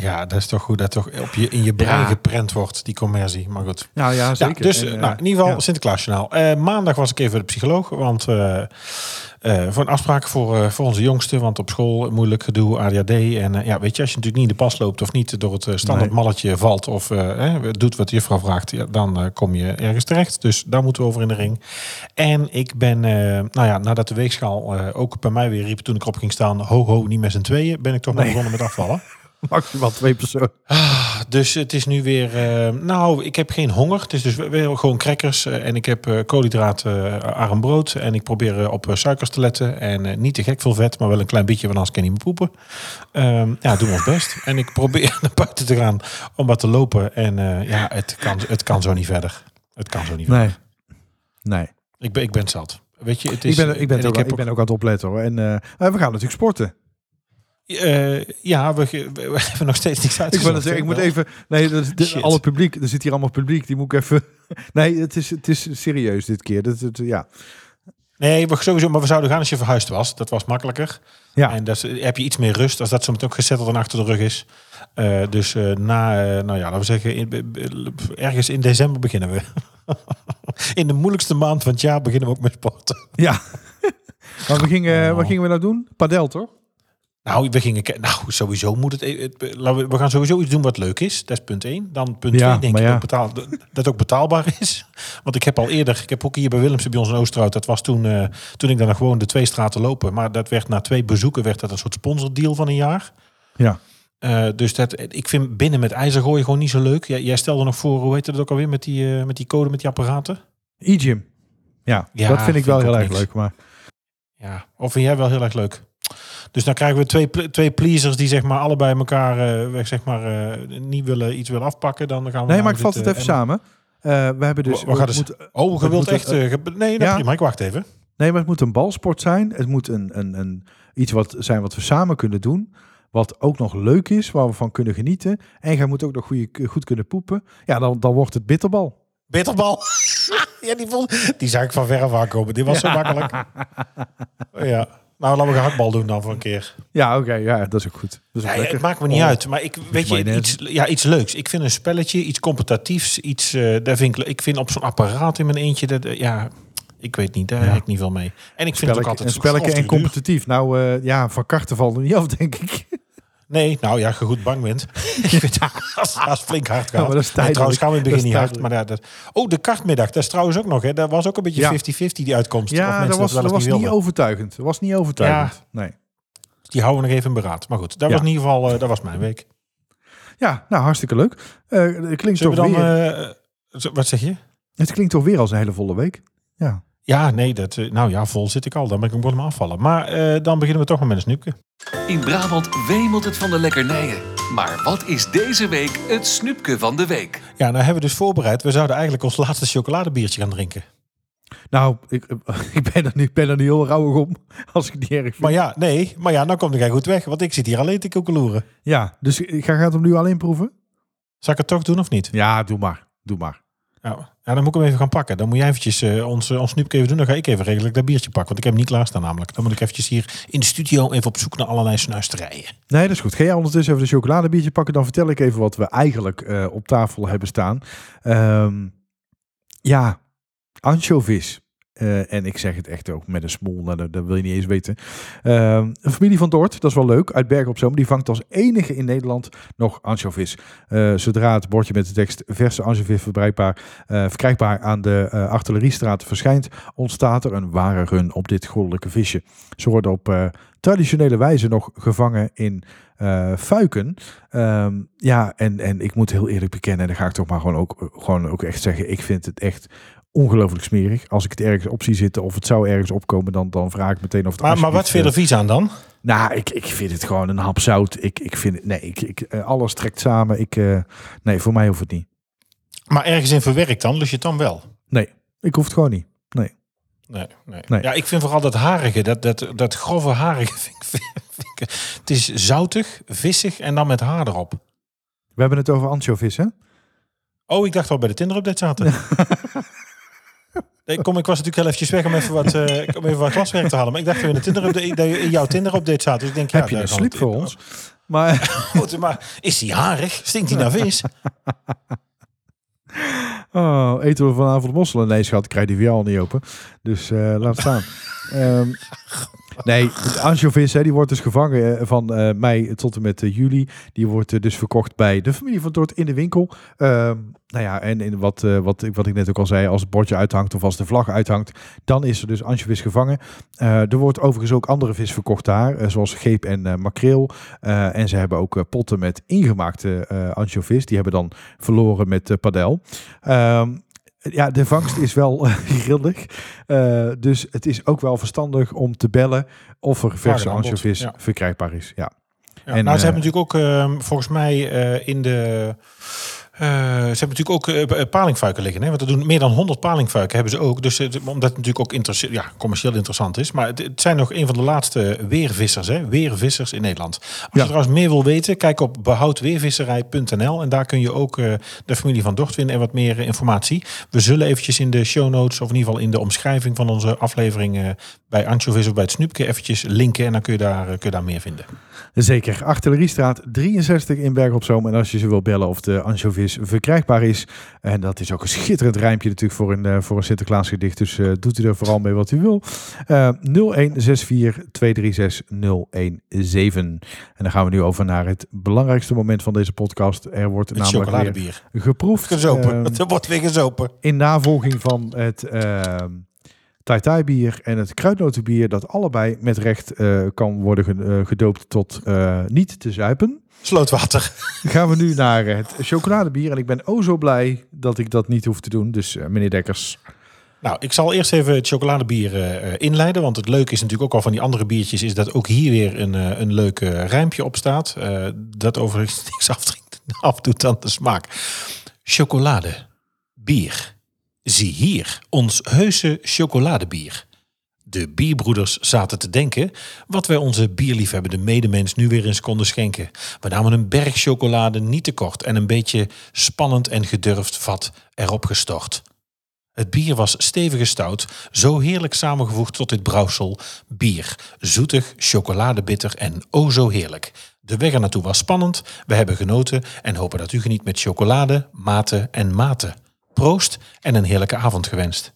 Speaker 2: Ja, dat is toch goed dat toch op je, in je brein
Speaker 3: Ja.
Speaker 2: geprent wordt, die commercie. Maar goed.
Speaker 3: Nou ja, zeker.
Speaker 2: Ja, dus
Speaker 3: En, uh,
Speaker 2: nou, in ieder geval
Speaker 3: ja.
Speaker 2: Sinterklaasjournaal. Uh, maandag was ik even bij de psycholoog, want uh, uh, voor een afspraak voor, uh, voor onze jongste, want op school moeilijk gedoe, A D H D. En uh, ja, weet je, als je natuurlijk niet in de pas loopt of niet door het uh, standaard
Speaker 3: Nee.
Speaker 2: malletje valt of uh, eh, doet wat de juffrouw vraagt, ja, dan uh, kom je ergens terecht. Dus daar moeten we over in de ring. En ik ben, uh, nou ja, nadat de weegschaal uh, ook bij mij weer riep toen ik erop ging staan, ho ho, niet met z'n tweeën, ben ik toch maar
Speaker 3: Nee.
Speaker 2: begonnen met afvallen.
Speaker 3: Maximaal twee personen.
Speaker 2: Dus het is nu weer... Uh, nou, ik heb geen honger. Het is dus weer gewoon crackers. Uh, en ik heb uh, koolhydraten, uh, arm brood. En ik probeer uh, op uh, suikers te letten. En uh, niet te gek veel vet, maar wel een klein beetje, want anders kan ik niet meer poepen. Um, ja, doen we ons best. En ik probeer naar buiten te gaan om wat te lopen. En uh, ja, het kan, het kan zo niet verder. Het kan zo niet
Speaker 3: Nee.
Speaker 2: verder.
Speaker 3: Nee.
Speaker 2: Ik ben, ik ben zat. Weet je, het is,
Speaker 3: Ik ben, ik ben,
Speaker 2: en
Speaker 3: ook,
Speaker 2: ik heb
Speaker 3: ik ben ook aan het opletten hoor. En uh, we gaan natuurlijk sporten.
Speaker 2: Uh, ja, we, we, we hebben nog steeds niks
Speaker 3: Ik
Speaker 2: uitgezocht.
Speaker 3: wil het zeggen, ik moet even... Nee, dat, dit,
Speaker 2: Shit.
Speaker 3: alle publiek, er zit hier allemaal publiek. Die moet ik even... Nee, het is, het is serieus dit keer. Dat, het, ja.
Speaker 2: Nee, we, sowieso, maar we zouden gaan als je verhuisd was. Dat was makkelijker.
Speaker 3: Ja.
Speaker 2: En dat is, heb je iets meer rust als dat zo meteen ook gezetteld en achter de rug is. Uh, dus uh, na, uh, nou ja, laten we zeggen, in, ergens in december beginnen we. In de moeilijkste maand van het jaar beginnen we ook met sporten.
Speaker 3: Ja. Maar we gingen,
Speaker 2: Oh.
Speaker 3: wat gingen we nou doen? Padel, toch?
Speaker 2: Nou, we gingen, nou, sowieso moet het, het, het. We gaan sowieso iets doen wat leuk is. Dat is punt één. Dan punt
Speaker 3: Ja,
Speaker 2: twee, denk
Speaker 3: maar
Speaker 2: ik
Speaker 3: ja.
Speaker 2: ook betaal, dat het ook betaalbaar is. Want ik heb al eerder, ik heb ook hier bij Willemsen bij ons in Oosterhout. Dat was toen, uh, toen ik dan nog gewoon de twee straten lopen. Maar dat werd na twee bezoeken werd dat een soort sponsordeal van een jaar.
Speaker 3: Ja.
Speaker 2: Uh, dus dat, ik vind binnen met ijzer gooien gewoon niet zo leuk. Jij, jij stelde nog voor, hoe heet het ook alweer met die, uh, met die code met die apparaten?
Speaker 3: E-gym. Ja,
Speaker 2: Ja,
Speaker 3: dat vind ik
Speaker 2: vind
Speaker 3: wel
Speaker 2: ik
Speaker 3: heel
Speaker 2: ook
Speaker 3: erg
Speaker 2: niks.
Speaker 3: leuk. Maar
Speaker 2: Ja, of vind jij wel heel erg leuk? Dus dan krijgen we twee, ple- twee pleasers die zeg maar allebei elkaar uh, zeg maar, uh, niet willen iets willen afpakken. Dan gaan we
Speaker 3: nee,
Speaker 2: nou
Speaker 3: maar ik vat
Speaker 2: dit,
Speaker 3: het
Speaker 2: uh,
Speaker 3: even samen. Uh, we hebben dus...
Speaker 2: Wa- wat gaat het-
Speaker 3: moet,
Speaker 2: Oh, je
Speaker 3: het
Speaker 2: wilt
Speaker 3: moet
Speaker 2: echt...
Speaker 3: een-
Speaker 2: Uh, ge- nee, dat
Speaker 3: ja.
Speaker 2: prima. Ik wacht even.
Speaker 3: Nee, maar het moet een balsport zijn. Het moet een, een, een, iets wat zijn wat we samen kunnen doen. Wat ook nog leuk is, waar we van kunnen genieten. En jij moet ook nog goeie, goed kunnen poepen. Ja, dan, dan wordt het bitterbal.
Speaker 2: Bitterbal. Ja, die, vond, die zag ik van verre af aankomen. Die was zo makkelijk. Ja. Nou, laten we gehaktbal doen dan voor een keer.
Speaker 3: Ja, oké. ja, dat is ook goed. Dat is ook
Speaker 2: Ja,
Speaker 3: lekker.
Speaker 2: het maakt me niet
Speaker 3: Oh.
Speaker 2: uit. Maar ik weet je,
Speaker 3: mayonaise.
Speaker 2: iets, ja, iets leuks. Ik vind een spelletje, iets competitiefs. Iets, uh, daar vind ik, ik vind op zo'n apparaat in mijn eentje... Dat, uh, ja, ik weet niet, daar
Speaker 3: Ja.
Speaker 2: heb ik niet veel mee. En ik vind het ook
Speaker 3: Spelletje,
Speaker 2: altijd
Speaker 3: een spelletje en
Speaker 2: grof te duur.
Speaker 3: competitief. Nou, uh, ja, van karten valt er niet af, denk ik.
Speaker 2: Nee, nou ja, als je goed bang bent. Ik vind als als het flink hard gaat.
Speaker 3: Ja, maar dat is
Speaker 2: Nee,
Speaker 3: tijdelijk.
Speaker 2: trouwens gaan we in het
Speaker 3: Dat
Speaker 2: begin
Speaker 3: is
Speaker 2: niet hard. Maar ja, dat, oh, de kartmiddag, dat is trouwens ook nog. Hè. Dat was ook een beetje
Speaker 3: Ja.
Speaker 2: vijftig vijftig die uitkomst. Of
Speaker 3: Ja,
Speaker 2: mensen
Speaker 3: dat was,
Speaker 2: wel
Speaker 3: dat
Speaker 2: of
Speaker 3: was niet
Speaker 2: wilden.
Speaker 3: overtuigend. Dat was niet overtuigend. Nee.
Speaker 2: Die houden we nog even in beraad. Maar goed, dat
Speaker 3: Ja.
Speaker 2: was in ieder geval uh, dat was mijn week.
Speaker 3: Ja, nou, hartstikke leuk. Uh, het, klinkt
Speaker 2: Zullen
Speaker 3: toch
Speaker 2: we dan...
Speaker 3: weer,
Speaker 2: Uh, zo- wat zeg je?
Speaker 3: het klinkt toch weer als een hele volle week. Ja.
Speaker 2: Ja, nee, dat, uh, nou ja, vol zit ik al. Dan ben ik begonnen met afvallen. Maar uh, dan beginnen we toch maar met een snoepje.
Speaker 1: In Brabant wemelt het van de lekkernijen. Maar wat is deze week het snoepje van de week?
Speaker 2: Ja, nou hebben we dus voorbereid. We zouden eigenlijk ons laatste chocoladebiertje gaan drinken.
Speaker 3: Nou, ik, ik, ben er nu, ik ben er nu heel rauwig om, als ik het niet erg vind.
Speaker 2: Maar ja, nee, maar ja, nou komt hij goed weg. Want ik zit hier alleen te koekeloeren.
Speaker 3: Ja, dus ik ga, ga het hem nu alleen proeven?
Speaker 2: Zal ik het toch doen of niet?
Speaker 3: Ja, doe maar. Doe maar.
Speaker 2: Ja, ja, dan moet ik hem even gaan pakken. Dan moet jij eventjes uh, ons, uh, ons snoepje even doen. Dan ga ik even regelijk dat biertje pakken. Want ik heb hem niet klaarstaan namelijk. Dan moet ik eventjes hier in de studio even op zoek naar allerlei snuisterijen.
Speaker 3: Nee, dat is goed. Ga jij ondertussen even de chocoladebiertje pakken. Dan vertel ik even wat we eigenlijk uh, op tafel hebben staan. Um, ja, anchovies. Uh, en ik zeg het echt ook met een smol, nou, dat, dat wil je niet eens weten. Uh, een familie van Dort, dat is wel leuk, uit Bergen op Zoom. Die vangt als enige in Nederland nog anchovies. Uh, zodra het bordje met de tekst verse anchovies verkrijgbaar, uh, verkrijgbaar aan de uh, Artilleriestraat verschijnt, ontstaat er een ware run op dit goddelijke visje. Ze worden op uh, traditionele wijze nog gevangen in uh, fuiken. Um, ja, en, en ik moet heel eerlijk bekennen, en dan ga ik toch maar gewoon ook, gewoon ook echt zeggen, ik vind het echt ongelooflijk smerig. Als ik het ergens op zie zitten of het zou ergens opkomen, dan, dan vraag ik meteen of het
Speaker 2: Maar, maar wat vind je er vies aan dan?
Speaker 3: Nou, ik, ik vind het gewoon een hap zout. Ik, ik vind het, nee, ik, ik, uh, alles trekt samen. Ik, uh, nee, voor mij hoeft het niet.
Speaker 2: Maar ergens in verwerkt dan, lust je het dan wel?
Speaker 3: Nee, ik hoef het gewoon niet. Nee.
Speaker 2: Nee, nee.
Speaker 3: Nee.
Speaker 2: Ja, ik vind vooral dat harige, dat, dat, dat grove harige. Vind ik, vind ik, het is zoutig, vissig en dan met haar erop.
Speaker 3: We hebben het over anchovies, hè?
Speaker 2: Oh, ik dacht al bij de Tinder-update zaten. Nee, kom, ik was natuurlijk heel eventjes weg om even wat, uh, om even wat klaswerk te halen. Maar ik dacht dat we in, de Tinder-update, dat je in jouw Tinder-update zaten. Dus ik denk, ja,
Speaker 3: Heb je
Speaker 2: daar
Speaker 3: een
Speaker 2: kan
Speaker 3: slip
Speaker 2: het-
Speaker 3: voor ons? Maar,
Speaker 2: Goed, maar is hij harig? Stinkt hij naar vis?
Speaker 3: oh, eten we vanavond mosselen? Nee, schat, ik krijg die voor jou al niet open. Dus uh, laat staan. um, Nee, de ansjovis, hè, die wordt dus gevangen uh, van uh, mei tot en met uh, juli. Die wordt uh, dus verkocht bij de familie van Dort in de winkel. Uh, nou ja, en in wat, uh, wat, wat ik net ook al zei, als het bordje uithangt of als de vlag uithangt, dan is er dus ansjovis gevangen. Uh, er wordt overigens ook andere vis verkocht daar, uh, zoals geep en uh, makreel. Uh, en ze hebben ook uh, potten met ingemaakte uh, ansjovis. Die hebben dan verloren met uh, padel. Um, Ja, de vangst is wel uh, grillig. Uh, dus het is ook wel verstandig om te bellen of er verse ansjovis ja. verkrijgbaar is. Ja.
Speaker 2: Ja, en, nou, ze uh, hebben natuurlijk ook uh, volgens mij uh, in de... Uh, ze hebben natuurlijk ook uh, palingfuiken liggen. Hè? Want er doen meer dan honderd palingfuiken hebben ze ook. Dus uh, omdat het natuurlijk ook interesse- ja, commercieel interessant is. Maar het, het zijn nog een van de laatste weervissers. Hè? Weervissers in Nederland. Als ja. je trouwens meer wil weten, kijk op behoudweervisserij punt n l. En daar kun je ook uh, de familie van Dort vinden en wat meer uh, informatie. We zullen eventjes in de show notes, of in ieder geval in de omschrijving van onze aflevering uh, bij Ansjovis of bij het Snoepje eventjes linken. En dan kun je daar, uh, kun je daar meer vinden.
Speaker 3: Zeker. Artilleriestraat drieënzestig in Bergen op Zoom. En als je ze wil bellen of de ansjovis verkrijgbaar is. En dat is ook een schitterend rijmpje natuurlijk voor een, uh, voor een Sinterklaasgedicht. Dus uh, doet u er vooral mee wat u wil. Uh, nul een zes vier twee drie zes nul een zeven. En dan gaan we nu over naar het belangrijkste moment van deze podcast. Er wordt
Speaker 2: het
Speaker 3: namelijk
Speaker 2: chocoladebier
Speaker 3: weer geproefd.
Speaker 2: Gezopen.
Speaker 3: Uh,
Speaker 2: er wordt weer gezopen.
Speaker 3: In navolging van het... Uh, Tai Tai bier en het kruidnotenbier, dat allebei met recht uh, kan worden uh, gedoopt tot uh, niet te zuipen.
Speaker 2: Slootwater.
Speaker 3: Gaan we nu naar het chocoladebier. En ik ben oh zo blij dat ik dat niet hoef te doen. Dus uh, meneer Dekkers.
Speaker 2: Nou, ik zal eerst even het chocoladebier uh, inleiden. Want het leuke is natuurlijk ook al van die andere biertjes, is dat ook hier weer een, uh, een leuk uh, rijmpje op staat. Uh, dat overigens niks afdringt, afdoet aan de smaak. Chocolade. Bier. Zie hier, ons heuse chocoladebier. De bierbroeders zaten te denken wat wij onze bierliefhebbende medemens nu weer eens konden schenken. We namen een berg chocolade niet te kort en een beetje spannend en gedurfd vat erop gestort. Het bier was stevige stout, zo heerlijk samengevoegd tot dit brouwsel. Bier, zoetig, chocoladebitter en o zo heerlijk. De weg ernaartoe was spannend, we hebben genoten en hopen dat u geniet met chocolade, mate en mate. Proost en een heerlijke avond gewenst.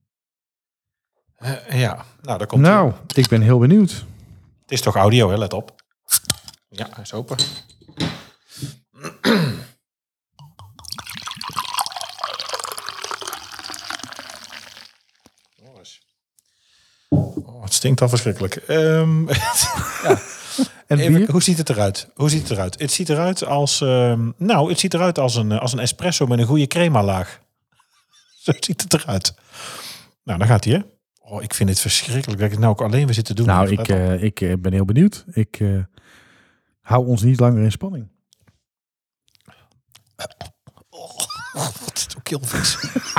Speaker 2: Uh, ja, nou, daar komt
Speaker 3: Nou,
Speaker 2: ie.
Speaker 3: ik ben heel benieuwd.
Speaker 2: Het is toch audio, hè? Let op. Ja, hij is open. Oh, het stinkt al verschrikkelijk. Um, ja.
Speaker 3: En
Speaker 2: Even, hoe ziet het eruit? Hoe ziet het eruit? Het ziet eruit als, um, nou, het ziet eruit als een, als een espresso met een goede crema-laag. Zo ziet het eruit. Nou, dan gaat hij, hè? Oh, ik vind het verschrikkelijk dat ik het nou ook alleen weer zit te doen.
Speaker 3: Nou, ik, uh, ik uh, ben heel benieuwd. Ik uh, hou ons niet langer in spanning.
Speaker 2: Oh, wat is het ook heel vies.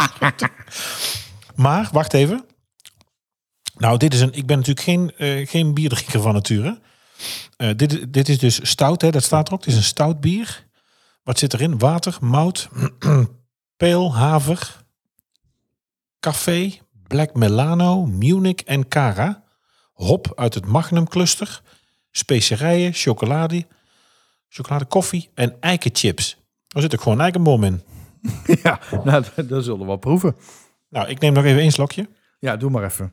Speaker 2: Maar, wacht even. Nou, dit is een. Ik ben natuurlijk geen, uh, geen bierdrinker van nature. Uh, dit, dit is dus stout, hè? Dat staat er ook. Het is een stout bier. Wat zit erin? Water, mout, peel, haver, café, Black Melano, Munich en Cara. Hop uit het Magnum cluster. Specerijen, chocolade, chocolade, koffie en eikenchips. Er zit ook gewoon eikenbom in.
Speaker 3: Ja, nou, dat zullen we wel proeven.
Speaker 2: Nou, ik neem nog even één slokje.
Speaker 3: Ja, doe maar even.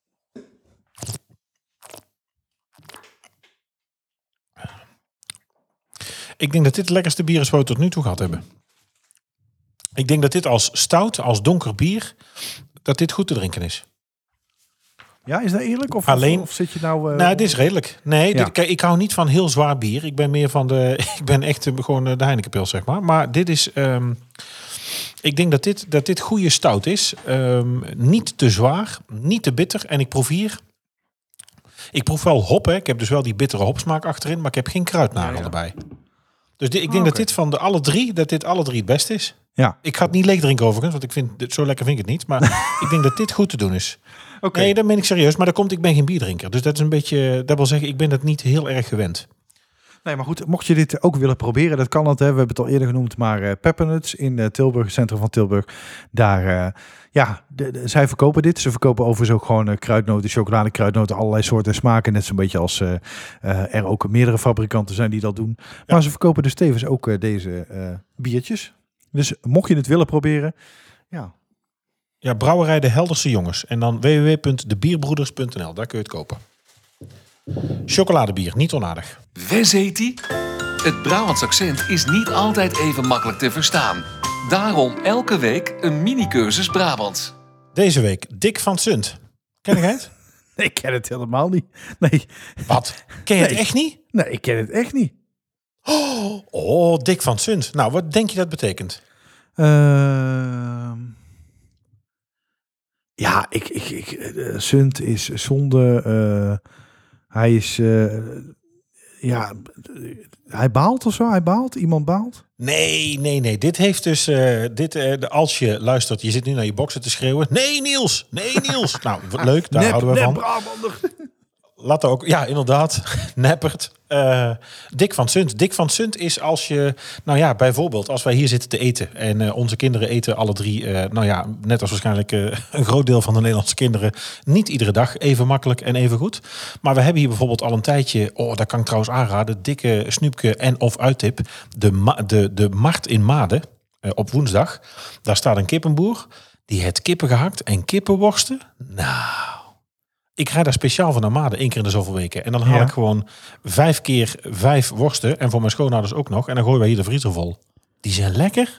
Speaker 2: Ik denk dat dit het lekkerste bier is wat we tot nu toe gehad hebben. Ik denk dat dit als stout, als donker bier, dat dit goed te drinken is.
Speaker 3: Ja, is dat eerlijk? Of,
Speaker 2: Alleen,
Speaker 3: of, of zit je nou... Uh,
Speaker 2: nou, dit is redelijk. Nee,
Speaker 3: ja.
Speaker 2: dit, kijk, ik hou niet van heel zwaar bier. Ik ben meer van de... Ik ben echt gewoon de Heinekenpils, zeg maar. Maar dit is... Um, ik denk dat dit, dat dit goede stout is. Um, niet te zwaar, niet te bitter. En ik proef hier... Ik proef wel hop, hè. Ik heb dus wel die bittere hopsmaak achterin, maar ik heb geen kruidnagel ja, ja. erbij. Dus dit, ik denk oh, okay. dat dit van de alle drie, dat dit alle drie het beste is.
Speaker 3: Ja.
Speaker 2: Ik ga het niet leeg drinken overigens, want ik vind dit, zo lekker vind ik het niet. Maar ik denk dat dit goed te doen is. Okay. Nee, dat ben ik serieus. Maar dat komt, ik ben geen bierdrinker. Dus dat is een beetje, dat wil zeggen, ik ben dat niet heel erg gewend.
Speaker 3: Nee, maar goed, mocht je dit ook willen proberen, dat kan dat. Hè. We hebben het al eerder genoemd, maar uh, Peppernuts in uh, Tilburg, het centrum van Tilburg. Daar, uh, ja, de, de, zij verkopen dit. Ze verkopen overigens ook gewoon uh, kruidnoten, chocoladekruidnoten, allerlei soorten smaken. Net zo'n beetje als uh, uh, er ook meerdere fabrikanten zijn die dat doen. Ja. Maar ze verkopen dus tevens ook uh, deze uh, biertjes. Dus mocht je het willen proberen, ja...
Speaker 2: Ja, Brouwerij De Helderse Jongens. En dan w w w punt de bierbroeders punt n l. Daar kun je het kopen. Chocoladebier, niet onaardig.
Speaker 1: Wes heet die? Het Brabants accent is niet altijd even makkelijk te verstaan. Daarom elke week een mini-cursus Brabants.
Speaker 2: Deze week Dick van Sunt. Ken jij het?
Speaker 3: Nee, ik ken het helemaal niet. Nee.
Speaker 2: Wat? Ken je
Speaker 3: Nee.
Speaker 2: het echt niet?
Speaker 3: Nee, ik ken het echt niet.
Speaker 2: Oh, oh, Dick van Sunt. Nou, wat denk je dat betekent?
Speaker 3: Uh, ja, ik, ik, ik, uh, Sunt is zonde. Uh, hij is, uh, ja, hij baalt of zo. Hij baalt. Iemand baalt.
Speaker 2: Nee, nee, nee. Dit heeft dus, uh, dit, uh, de, als je luistert, je zit nu naar je boksen te schreeuwen. Nee, Niels. Nee, Niels. Nou, wat leuk. Daar
Speaker 3: nep,
Speaker 2: houden we
Speaker 3: nep
Speaker 2: van.
Speaker 3: Brabander.
Speaker 2: Laat ook, ja, inderdaad, neppert. Uh, Dick van Sunt. Dick van Sunt is als je, nou ja, bijvoorbeeld als wij hier zitten te eten en uh, onze kinderen eten alle drie, uh, nou ja, net als waarschijnlijk uh, een groot deel van de Nederlandse kinderen, niet iedere dag even makkelijk en even goed. Maar we hebben hier bijvoorbeeld al een tijdje, oh, dat kan ik trouwens aanraden, Dikke Snoepke en of uittip, de, ma- de, de Markt in Maden uh, op woensdag. Daar staat een kippenboer, die heeft kippen gehakt en kippenworsten. Nou... Ik rijd daar speciaal van naar Maden, één keer in de zoveel weken. En dan haal
Speaker 3: Ja.
Speaker 2: ik gewoon vijf keer vijf worsten. En voor mijn schoonouders ook nog. En dan gooien wij hier de vriezer vol. Die zijn lekker.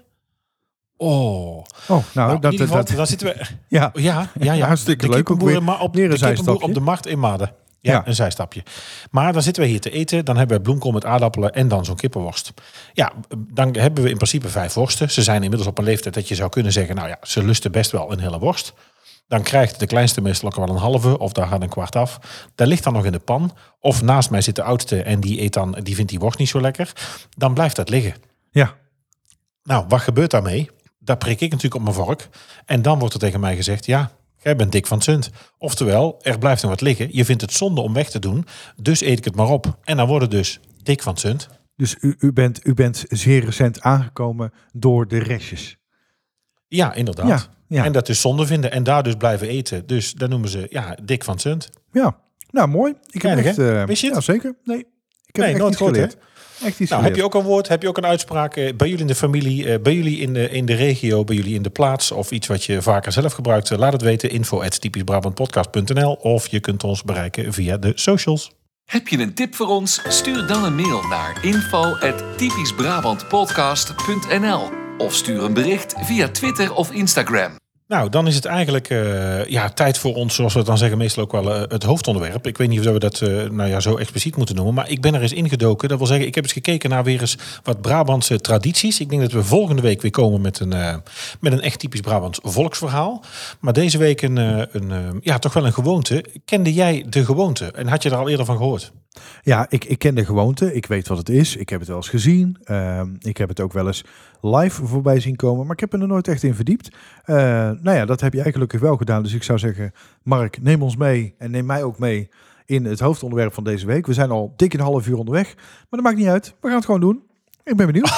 Speaker 2: Oh.
Speaker 3: Oh, nou,
Speaker 2: Nou, in
Speaker 3: dat,
Speaker 2: ieder geval,
Speaker 3: dat,
Speaker 2: daar zitten we...
Speaker 3: ja.
Speaker 2: Ja, ja, ja.
Speaker 3: Hartstikke
Speaker 2: de
Speaker 3: leuk. Ook
Speaker 2: kippenboer,
Speaker 3: weer
Speaker 2: maar op
Speaker 3: weer een
Speaker 2: de kippenboer
Speaker 3: zijstapje.
Speaker 2: op de markt in Maden. Ja,
Speaker 3: Ja.
Speaker 2: een zijstapje. Maar dan zitten we hier te eten. Dan hebben we bloemkool met aardappelen en dan zo'n kippenworst. Ja, dan hebben we in principe vijf worsten. Ze zijn inmiddels op een leeftijd dat je zou kunnen zeggen... nou ja, ze lusten best wel een hele worst. Dan krijgt de kleinste meestal ook wel een halve of daar gaat een kwart af. Dat ligt dan nog in de pan. Of naast mij zit de oudste en die eet dan, die vindt die worst niet zo lekker. Dan blijft dat liggen.
Speaker 3: Ja.
Speaker 2: Nou, wat gebeurt daarmee? Daar prik ik natuurlijk op mijn vork. En dan wordt er tegen mij gezegd, ja, jij bent Dick van Sunt. Oftewel, er blijft nog wat liggen. Je vindt het zonde om weg te doen. Dus eet ik het maar op. En dan wordt het dus Dick van Sunt.
Speaker 3: Dus u, u, bent, u bent zeer recent aangekomen door de restjes.
Speaker 2: Ja, inderdaad.
Speaker 3: Ja, ja.
Speaker 2: En dat dus zonde vinden en daar dus blijven eten. Dus dan noemen ze, ja, Dick van Sunt.
Speaker 3: Ja, nou mooi. Ik heb
Speaker 2: Geinig,
Speaker 3: echt,
Speaker 2: hè?
Speaker 3: uh,
Speaker 2: Wist je het?
Speaker 3: Ja, zeker. Nee, ik heb
Speaker 2: Nee,
Speaker 3: echt
Speaker 2: nooit
Speaker 3: iets
Speaker 2: gehoord,
Speaker 3: geleerd. Echt iets
Speaker 2: Nou, heb
Speaker 3: geleerd.
Speaker 2: je ook een woord, heb je ook een uitspraak eh, bij jullie in de familie, eh, bij jullie in de, in de regio, bij jullie in de plaats of iets wat je vaker zelf gebruikt? Eh, laat het weten, info at typisch brabant podcast punt n l of je kunt ons bereiken via de socials.
Speaker 1: Heb je een tip voor ons? Stuur dan een mail naar info at typisch brabant podcast punt n l of stuur een bericht via Twitter of Instagram.
Speaker 2: Nou, dan is het eigenlijk uh, ja, tijd voor ons, zoals we het dan zeggen, meestal ook wel uh, het hoofdonderwerp. Ik weet niet of we dat uh, nou ja, zo expliciet moeten noemen, maar ik ben er eens ingedoken. Dat wil zeggen, ik heb eens gekeken naar weer eens wat Brabantse tradities. Ik denk dat we volgende week weer komen met een, uh, met een echt typisch Brabants volksverhaal. Maar deze week een, uh, een uh, ja, toch wel een gewoonte. Kende jij de gewoonte en had je er al eerder van gehoord?
Speaker 3: Ja, ik, ik ken de gewoonte. Ik weet wat het is. Ik heb het wel eens gezien. Uh, ik heb het ook wel eens live voorbij zien komen. Maar ik heb er nooit echt in verdiept. Uh, nou ja, dat heb jij gelukkig wel gedaan. Dus ik zou zeggen, Mark, neem ons mee. En neem mij ook mee in het hoofdonderwerp van deze week. We zijn al dik een half uur onderweg. Maar dat maakt niet uit. We gaan het gewoon doen. Ik ben benieuwd.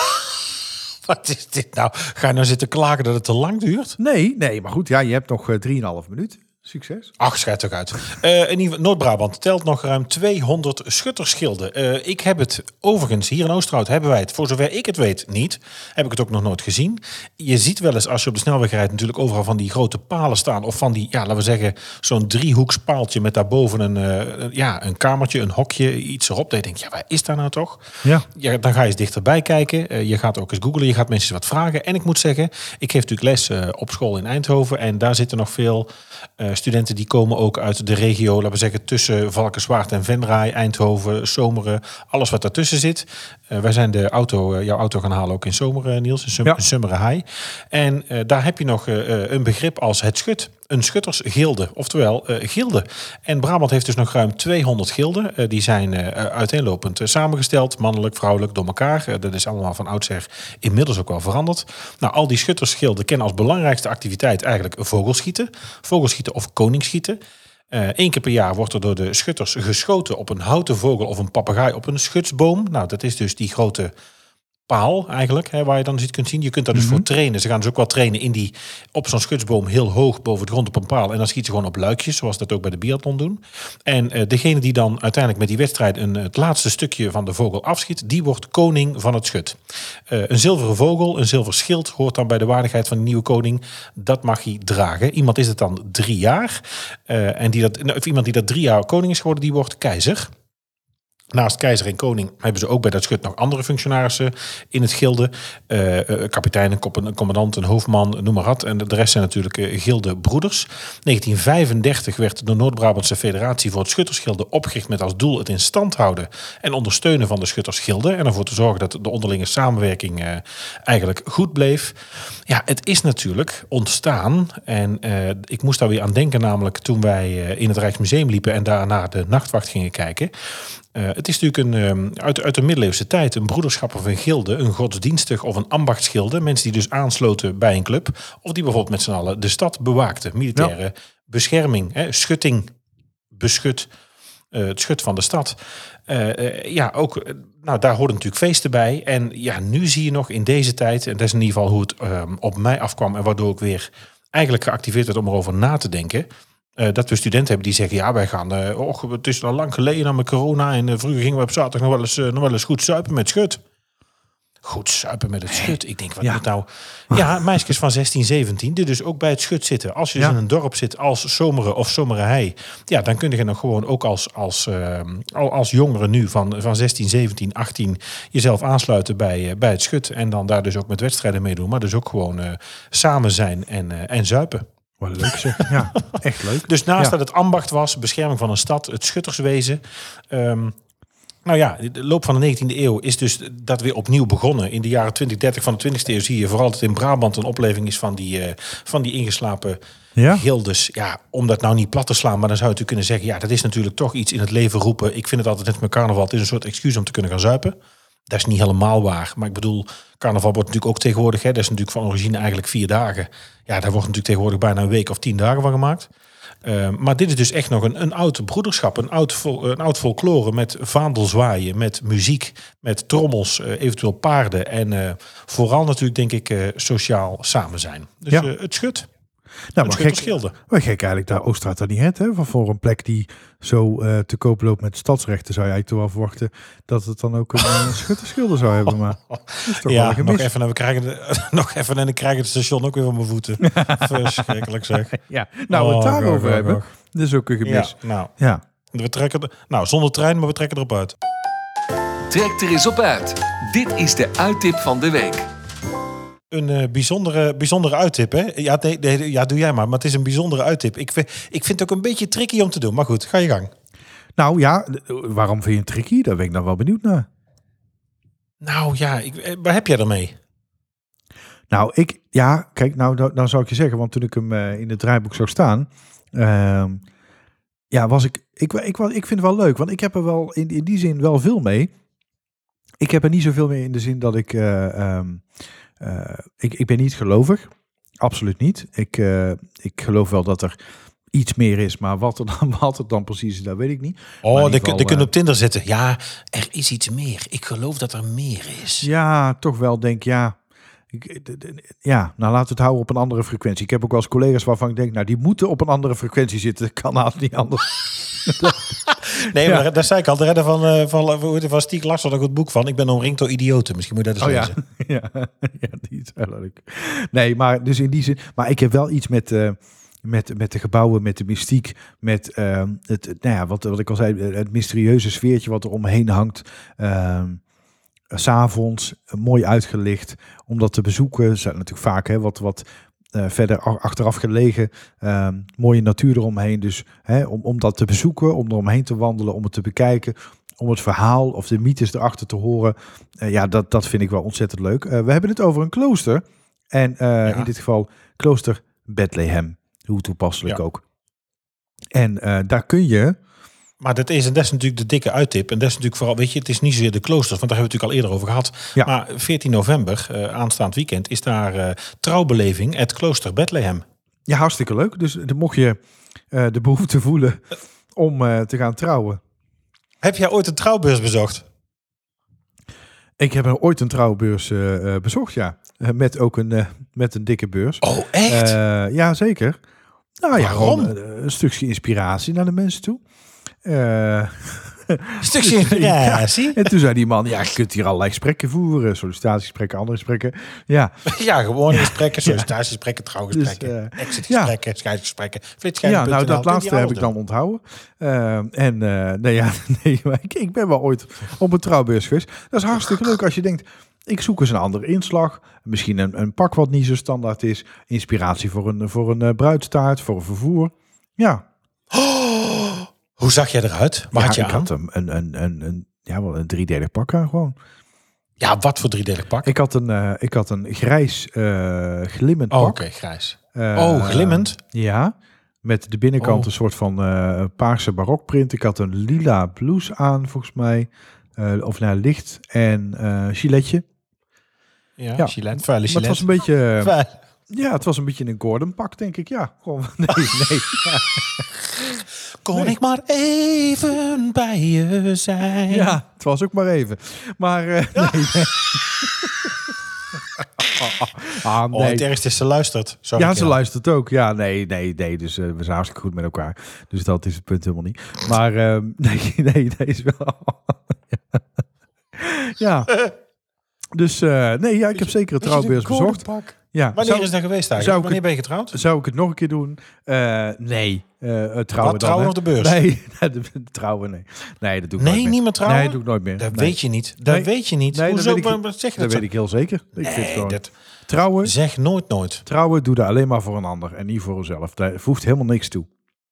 Speaker 2: Wat is dit nou? Ga je nou zitten klagen dat het te lang duurt?
Speaker 3: Nee, nee. Maar goed, ja, je hebt nog uh, drieënhalf minuut. Succes.
Speaker 2: Ach, schijt toch uit. Uh, in ieder geval, Noord-Brabant telt nog ruim tweehonderd schuttersgilden. Uh, ik heb het, overigens, hier in Oosterhout hebben wij het, voor zover ik het weet, niet. Heb ik het ook nog nooit gezien. Je ziet wel eens, als je op de snelweg rijdt, natuurlijk overal van die grote palen staan. Of van die, ja, laten we zeggen, zo'n driehoekspaaltje met daarboven een, uh, ja, een kamertje, een hokje, iets erop. Dat je denkt, ja, waar is dat nou toch?
Speaker 3: Ja.
Speaker 2: Ja, dan ga je eens dichterbij kijken. Uh, je gaat ook eens googlen, je gaat mensen wat vragen. En ik moet zeggen, ik geef natuurlijk les uh, op school in Eindhoven. En daar zitten nog veel uh, studenten die komen ook uit de regio, laten we zeggen, tussen Valkenswaard en Venray, Eindhoven, Zomeren, alles wat daartussen zit. Uh, wij zijn de auto, uh, jouw auto gaan halen ook in Zomeren, Niels, in, Sum-
Speaker 3: Ja.
Speaker 2: in Summerenhaai. En uh, daar heb je nog uh, een begrip als het schut. Een schuttersgilde, oftewel uh, gilde. En Brabant heeft dus nog ruim tweehonderd gilden. Uh, die zijn uh, uiteenlopend uh, samengesteld, mannelijk, vrouwelijk, door elkaar. Uh, dat is allemaal van oudsher inmiddels ook wel veranderd. Nou, al die schuttersgilden kennen als belangrijkste activiteit eigenlijk vogelschieten. Vogelschieten of koningsschieten. Eén uh, keer per jaar wordt er door de schutters geschoten op een houten vogel of een papegaai op een schutsboom. Nou, dat is dus die grote paal eigenlijk, hè, waar je dan ziet kunt zien. Je kunt daar dus mm-hmm. voor trainen. Ze gaan dus ook wel trainen in die op zo'n schutsboom heel hoog boven de grond op een paal. En dan schieten ze gewoon op luikjes, zoals dat ook bij de biathlon doen. En uh, degene die dan uiteindelijk met die wedstrijd een, het laatste stukje van de vogel afschiet, die wordt koning van het schut. Uh, een zilveren vogel, een zilver schild hoort dan bij de waardigheid van de nieuwe koning. Dat mag hij dragen. Iemand is het dan drie jaar. Uh, en die dat, of iemand die dat drie jaar koning is geworden, die wordt keizer. Naast keizer en koning hebben ze ook bij dat schut nog andere functionarissen in het gilde. Uh, uh, kapitein, een commandant, een hoofdman, noem maar wat. En de rest zijn natuurlijk uh, gildebroeders. negentien vijfendertig werd de Noord-Brabantse Federatie voor het Schuttersgilde opgericht met als doel het in stand houden en ondersteunen van de Schuttersgilde. En ervoor te zorgen dat de onderlinge samenwerking uh, eigenlijk goed bleef. Ja, het is natuurlijk ontstaan. En uh, ik moest daar weer aan denken, namelijk toen wij uh, in het Rijksmuseum liepen en daarna de Nachtwacht gingen kijken. Uh, het is natuurlijk een, uh, uit, uit de middeleeuwse tijd een broederschap of een gilde, een godsdienstig of een ambachtsgilde. Mensen die dus aansloten bij een club. Of die bijvoorbeeld met z'n allen de stad bewaakten. Militaire ja. bescherming, hè, schutting, beschut, uh, het schut van de stad. Uh, uh, ja, ook, uh, nou, daar horen natuurlijk feesten bij. En ja, nu zie je nog in deze tijd, en dat is in ieder geval hoe het uh, op mij afkwam en waardoor ik weer eigenlijk geactiveerd werd om erover na te denken. Uh, dat we studenten hebben die zeggen, ja, wij gaan, uh, och, het is al lang geleden na mijn corona en uh, vroeger gingen we op zaterdag nog wel eens, uh, nog wel eens goed suipen met schut. Goed suipen met het schut. Ik denk, wat ja. moet nou... Ja, meisjes van zestien, zeventien, die dus ook bij het schut zitten. Als je dus ja. in een dorp zit als Zomeren of Zomerehei, ja, dan kun je nog gewoon ook als, als, uh, als jongere nu van, van zestien, zeventien, achttien jezelf aansluiten bij, uh, bij het schut. En dan daar dus ook met wedstrijden meedoen, maar dus ook gewoon uh, samen zijn en, uh, en zuipen.
Speaker 3: Wat leuk zeg. Ja, echt leuk.
Speaker 2: Dus naast
Speaker 3: ja.
Speaker 2: dat het ambacht was, bescherming van een stad, het schutterswezen. Um, nou ja, de loop van de negentiende eeuw is dus dat weer opnieuw begonnen. In de jaren twintig, dertig van de twintigste eeuw zie je vooral dat in Brabant een opleving is van die, uh, van die ingeslapen ja? gildes. Ja, om dat nou niet plat te slaan, maar dan zou je natuurlijk kunnen zeggen, ja, dat is natuurlijk toch iets in het leven roepen. Ik vind het altijd net met carnaval, het is een soort excuus om te kunnen gaan zuipen. Dat is niet helemaal waar. Maar ik bedoel, carnaval wordt natuurlijk ook tegenwoordig, hè, dat is natuurlijk van origine eigenlijk vier dagen. Ja, daar wordt natuurlijk tegenwoordig bijna een week of tien dagen van gemaakt. Uh, maar dit is dus echt nog een, een oud broederschap, een oud, vol, een oud folklore met vaandelzwaaien, met muziek, met trommels, uh, eventueel paarden. En uh, vooral natuurlijk, denk ik, uh, sociaal samen zijn. Dus ja. uh, het schut.
Speaker 3: Nou, maar gek, maar gek eigenlijk daar Oostraat dan niet het, hè? Van voor een plek die zo uh, te koop loopt met stadsrechten, zou je eigenlijk toch wel verwachten dat het dan ook een uh, schutterschilder zou hebben. Maar is toch
Speaker 2: ja, nog even, en we krijgen de, nog even en ik krijg het station ook weer van mijn voeten. Verschrikkelijk zeg.
Speaker 3: Ja, nou, we het daarover oh, hebben, oh, oh. Dat is ook een gemis.
Speaker 2: Ja, nou,
Speaker 3: ja.
Speaker 2: We trekken er, nou, zonder trein, maar we trekken erop uit.
Speaker 1: Trek er eens op uit. Dit is de uittip van de week.
Speaker 2: Een uh, bijzondere, bijzondere uittip, hè? Ja, nee, nee, ja, doe jij maar. Maar het is een bijzondere uittip. Ik vind, ik vind het ook een beetje tricky om te doen. Maar goed, ga je gang.
Speaker 3: Nou ja, waarom vind je het tricky? Daar ben ik dan wel benieuwd naar.
Speaker 2: Nou ja, ik, waar heb jij ermee?
Speaker 3: Nou, ik, ja, kijk, nou, dan, dan zou ik je zeggen, want toen ik hem uh, in het draaiboek zou staan, uh, ja, was ik, ik, ik, ik, ik vind het wel leuk, want ik heb er wel in, in die zin wel veel mee. Ik heb er niet zoveel mee in de zin dat ik, uh, um, uh, ik, ik ben niet gelovig, absoluut niet. Ik, uh, ik geloof wel dat er iets meer is, maar wat er dan, wat er dan precies is, dat weet ik niet.
Speaker 2: Oh, dan kun je op Tinder zitten. Ja, er is iets meer. Ik geloof dat er meer is.
Speaker 3: Ja, toch wel denk, ja. Ik, ja, nou laten we het houden op een andere frequentie. Ik heb ook wel eens collega's waarvan ik denk, nou die moeten op een andere frequentie zitten. Dat kan haast niet anders.
Speaker 2: Nee, maar ja. Daar zei ik al. De redder van, uh, van, van, van Stieg Larsson een goed boek van. Ik ben omringd door idioten. Misschien moet je dat eens
Speaker 3: oh,
Speaker 2: lezen.
Speaker 3: Ja. Ja, ja, die is heel leuk. Nee, maar dus in die zin. Maar ik heb wel iets met, uh, met, met de gebouwen, met de mystiek, met uh, het, nou ja, wat, wat ik al zei, het mysterieuze sfeertje wat er omheen hangt. Uh, 's avonds mooi uitgelicht om dat te bezoeken. Zijn natuurlijk vaak hè, wat, wat uh, verder achteraf gelegen. Uh, mooie natuur eromheen. Dus hè, om, om dat te bezoeken, om eromheen te wandelen, om het te bekijken, om het verhaal of de mythes erachter te horen. Uh, ja, dat, dat vind ik wel ontzettend leuk. Uh, we hebben het over een klooster. En uh, ja. in dit geval klooster Bethlehem. Hoe toepasselijk ja. ook. En uh, daar kun je...
Speaker 2: Maar dat is, en dat is natuurlijk de dikke uittip. En dat is natuurlijk vooral, weet je, het is niet zozeer de kloosters, want daar hebben we het natuurlijk al eerder over gehad. Ja. Maar veertien november, uh, aanstaand weekend, is daar uh, trouwbeleving het klooster Bethlehem.
Speaker 3: Ja, hartstikke leuk. Dus dan mocht je uh, de behoefte voelen om uh, te gaan trouwen.
Speaker 2: Heb jij ooit een trouwbeurs bezocht?
Speaker 3: Ik heb er ooit een trouwbeurs uh, uh, bezocht, ja. Uh, met ook een, uh, met een dikke beurs.
Speaker 2: Oh, echt?
Speaker 3: Uh, ja, zeker. Nou ja,
Speaker 2: Waarom?
Speaker 3: gewoon uh, een stukje inspiratie naar de mensen toe. Uh,
Speaker 2: Een stukje inspiratie?
Speaker 3: Ja. En toen zei die man, ja, je kunt hier allerlei gesprekken voeren. Sollicitatiegesprekken, andere gesprekken. Ja,
Speaker 2: Ja, gewoon gesprekken, sollicitatiegesprekken, trouwgesprekken,
Speaker 3: Dus, uh,
Speaker 2: exitgesprekken, ja. scheidsgesprekken,
Speaker 3: ja, nou dat laatste heb ik dan onthouden. Uh, en uh, nee, ja, nee, maar ik, ik ben wel ooit op een trouwbeurs geweest. Dat is hartstikke leuk als je denkt, ik zoek eens een andere inslag. Misschien een, een pak wat niet zo standaard is. Inspiratie voor een, voor een uh, bruidstaart, voor een vervoer. Ja.
Speaker 2: Oh, hoe zag jij eruit? Wat
Speaker 3: ja,
Speaker 2: had je
Speaker 3: ik
Speaker 2: aan?
Speaker 3: had een, een, een, een, een, ja, wel een driedelig pak aan gewoon.
Speaker 2: Ja, wat voor driedelig pak?
Speaker 3: Ik had een, uh, ik had een grijs uh, glimmend pak.
Speaker 2: Oh, oké, okay, grijs.
Speaker 3: Uh,
Speaker 2: oh, glimmend?
Speaker 3: Ja, met de binnenkant
Speaker 2: oh.
Speaker 3: een soort van uh, paarse barokprint. Ik had een lila blouse aan, volgens mij. Uh, of nou, licht en uh, giletje.
Speaker 2: Ja,
Speaker 3: ja.
Speaker 2: gilet, vuile gilet.
Speaker 3: Maar het was een beetje...
Speaker 2: Uh,
Speaker 3: ja, het was een beetje een Gordon pak, denk ik. Ja, gewoon, nee, nee. Ja.
Speaker 2: Kon nee. ik maar even bij je zijn?
Speaker 3: Ja, het was ook maar even. Maar uh, ja. nee, nee.
Speaker 2: ah, nee. Oh, het ergste is, ze luistert. Sorry,
Speaker 3: ja, ze
Speaker 2: ja.
Speaker 3: luistert ook. Ja, nee, nee, nee. Dus uh, we zijn hartstikke goed met elkaar. Dus dat is het punt helemaal niet. Maar uh, nee, nee, nee, is wel... ja. Dus uh, nee, ja, ik heb zeker een trouwbeurs bezocht.
Speaker 2: Pak?
Speaker 3: Ja.
Speaker 2: Wanneer
Speaker 3: zou,
Speaker 2: is dat geweest eigenlijk? Wanneer ben je getrouwd?
Speaker 3: Zou ik het nog een keer doen? Uh, nee. Uh, trouwen
Speaker 2: Wat,
Speaker 3: dan,
Speaker 2: trouwen
Speaker 3: hè?
Speaker 2: of de beurs?
Speaker 3: Nee, de, de, trouwen, nee. Nee, dat doe ik
Speaker 2: nee,
Speaker 3: nooit meer.
Speaker 2: niet meer trouwen?
Speaker 3: Nee, dat doe ik nooit meer.
Speaker 2: Dat
Speaker 3: nee.
Speaker 2: weet je niet. Dat
Speaker 3: nee.
Speaker 2: weet je niet.
Speaker 3: Nee,
Speaker 2: Hoezo?
Speaker 3: dat weet ik,
Speaker 2: Wat zeg je
Speaker 3: dat
Speaker 2: dat
Speaker 3: weet ik heel zeker. Ik
Speaker 2: nee,
Speaker 3: vind gewoon,
Speaker 2: dat...
Speaker 3: Trouwen...
Speaker 2: Zeg nooit nooit.
Speaker 3: Trouwen doe dat alleen maar voor een ander en niet voor jezelf. Daar voegt helemaal niks toe.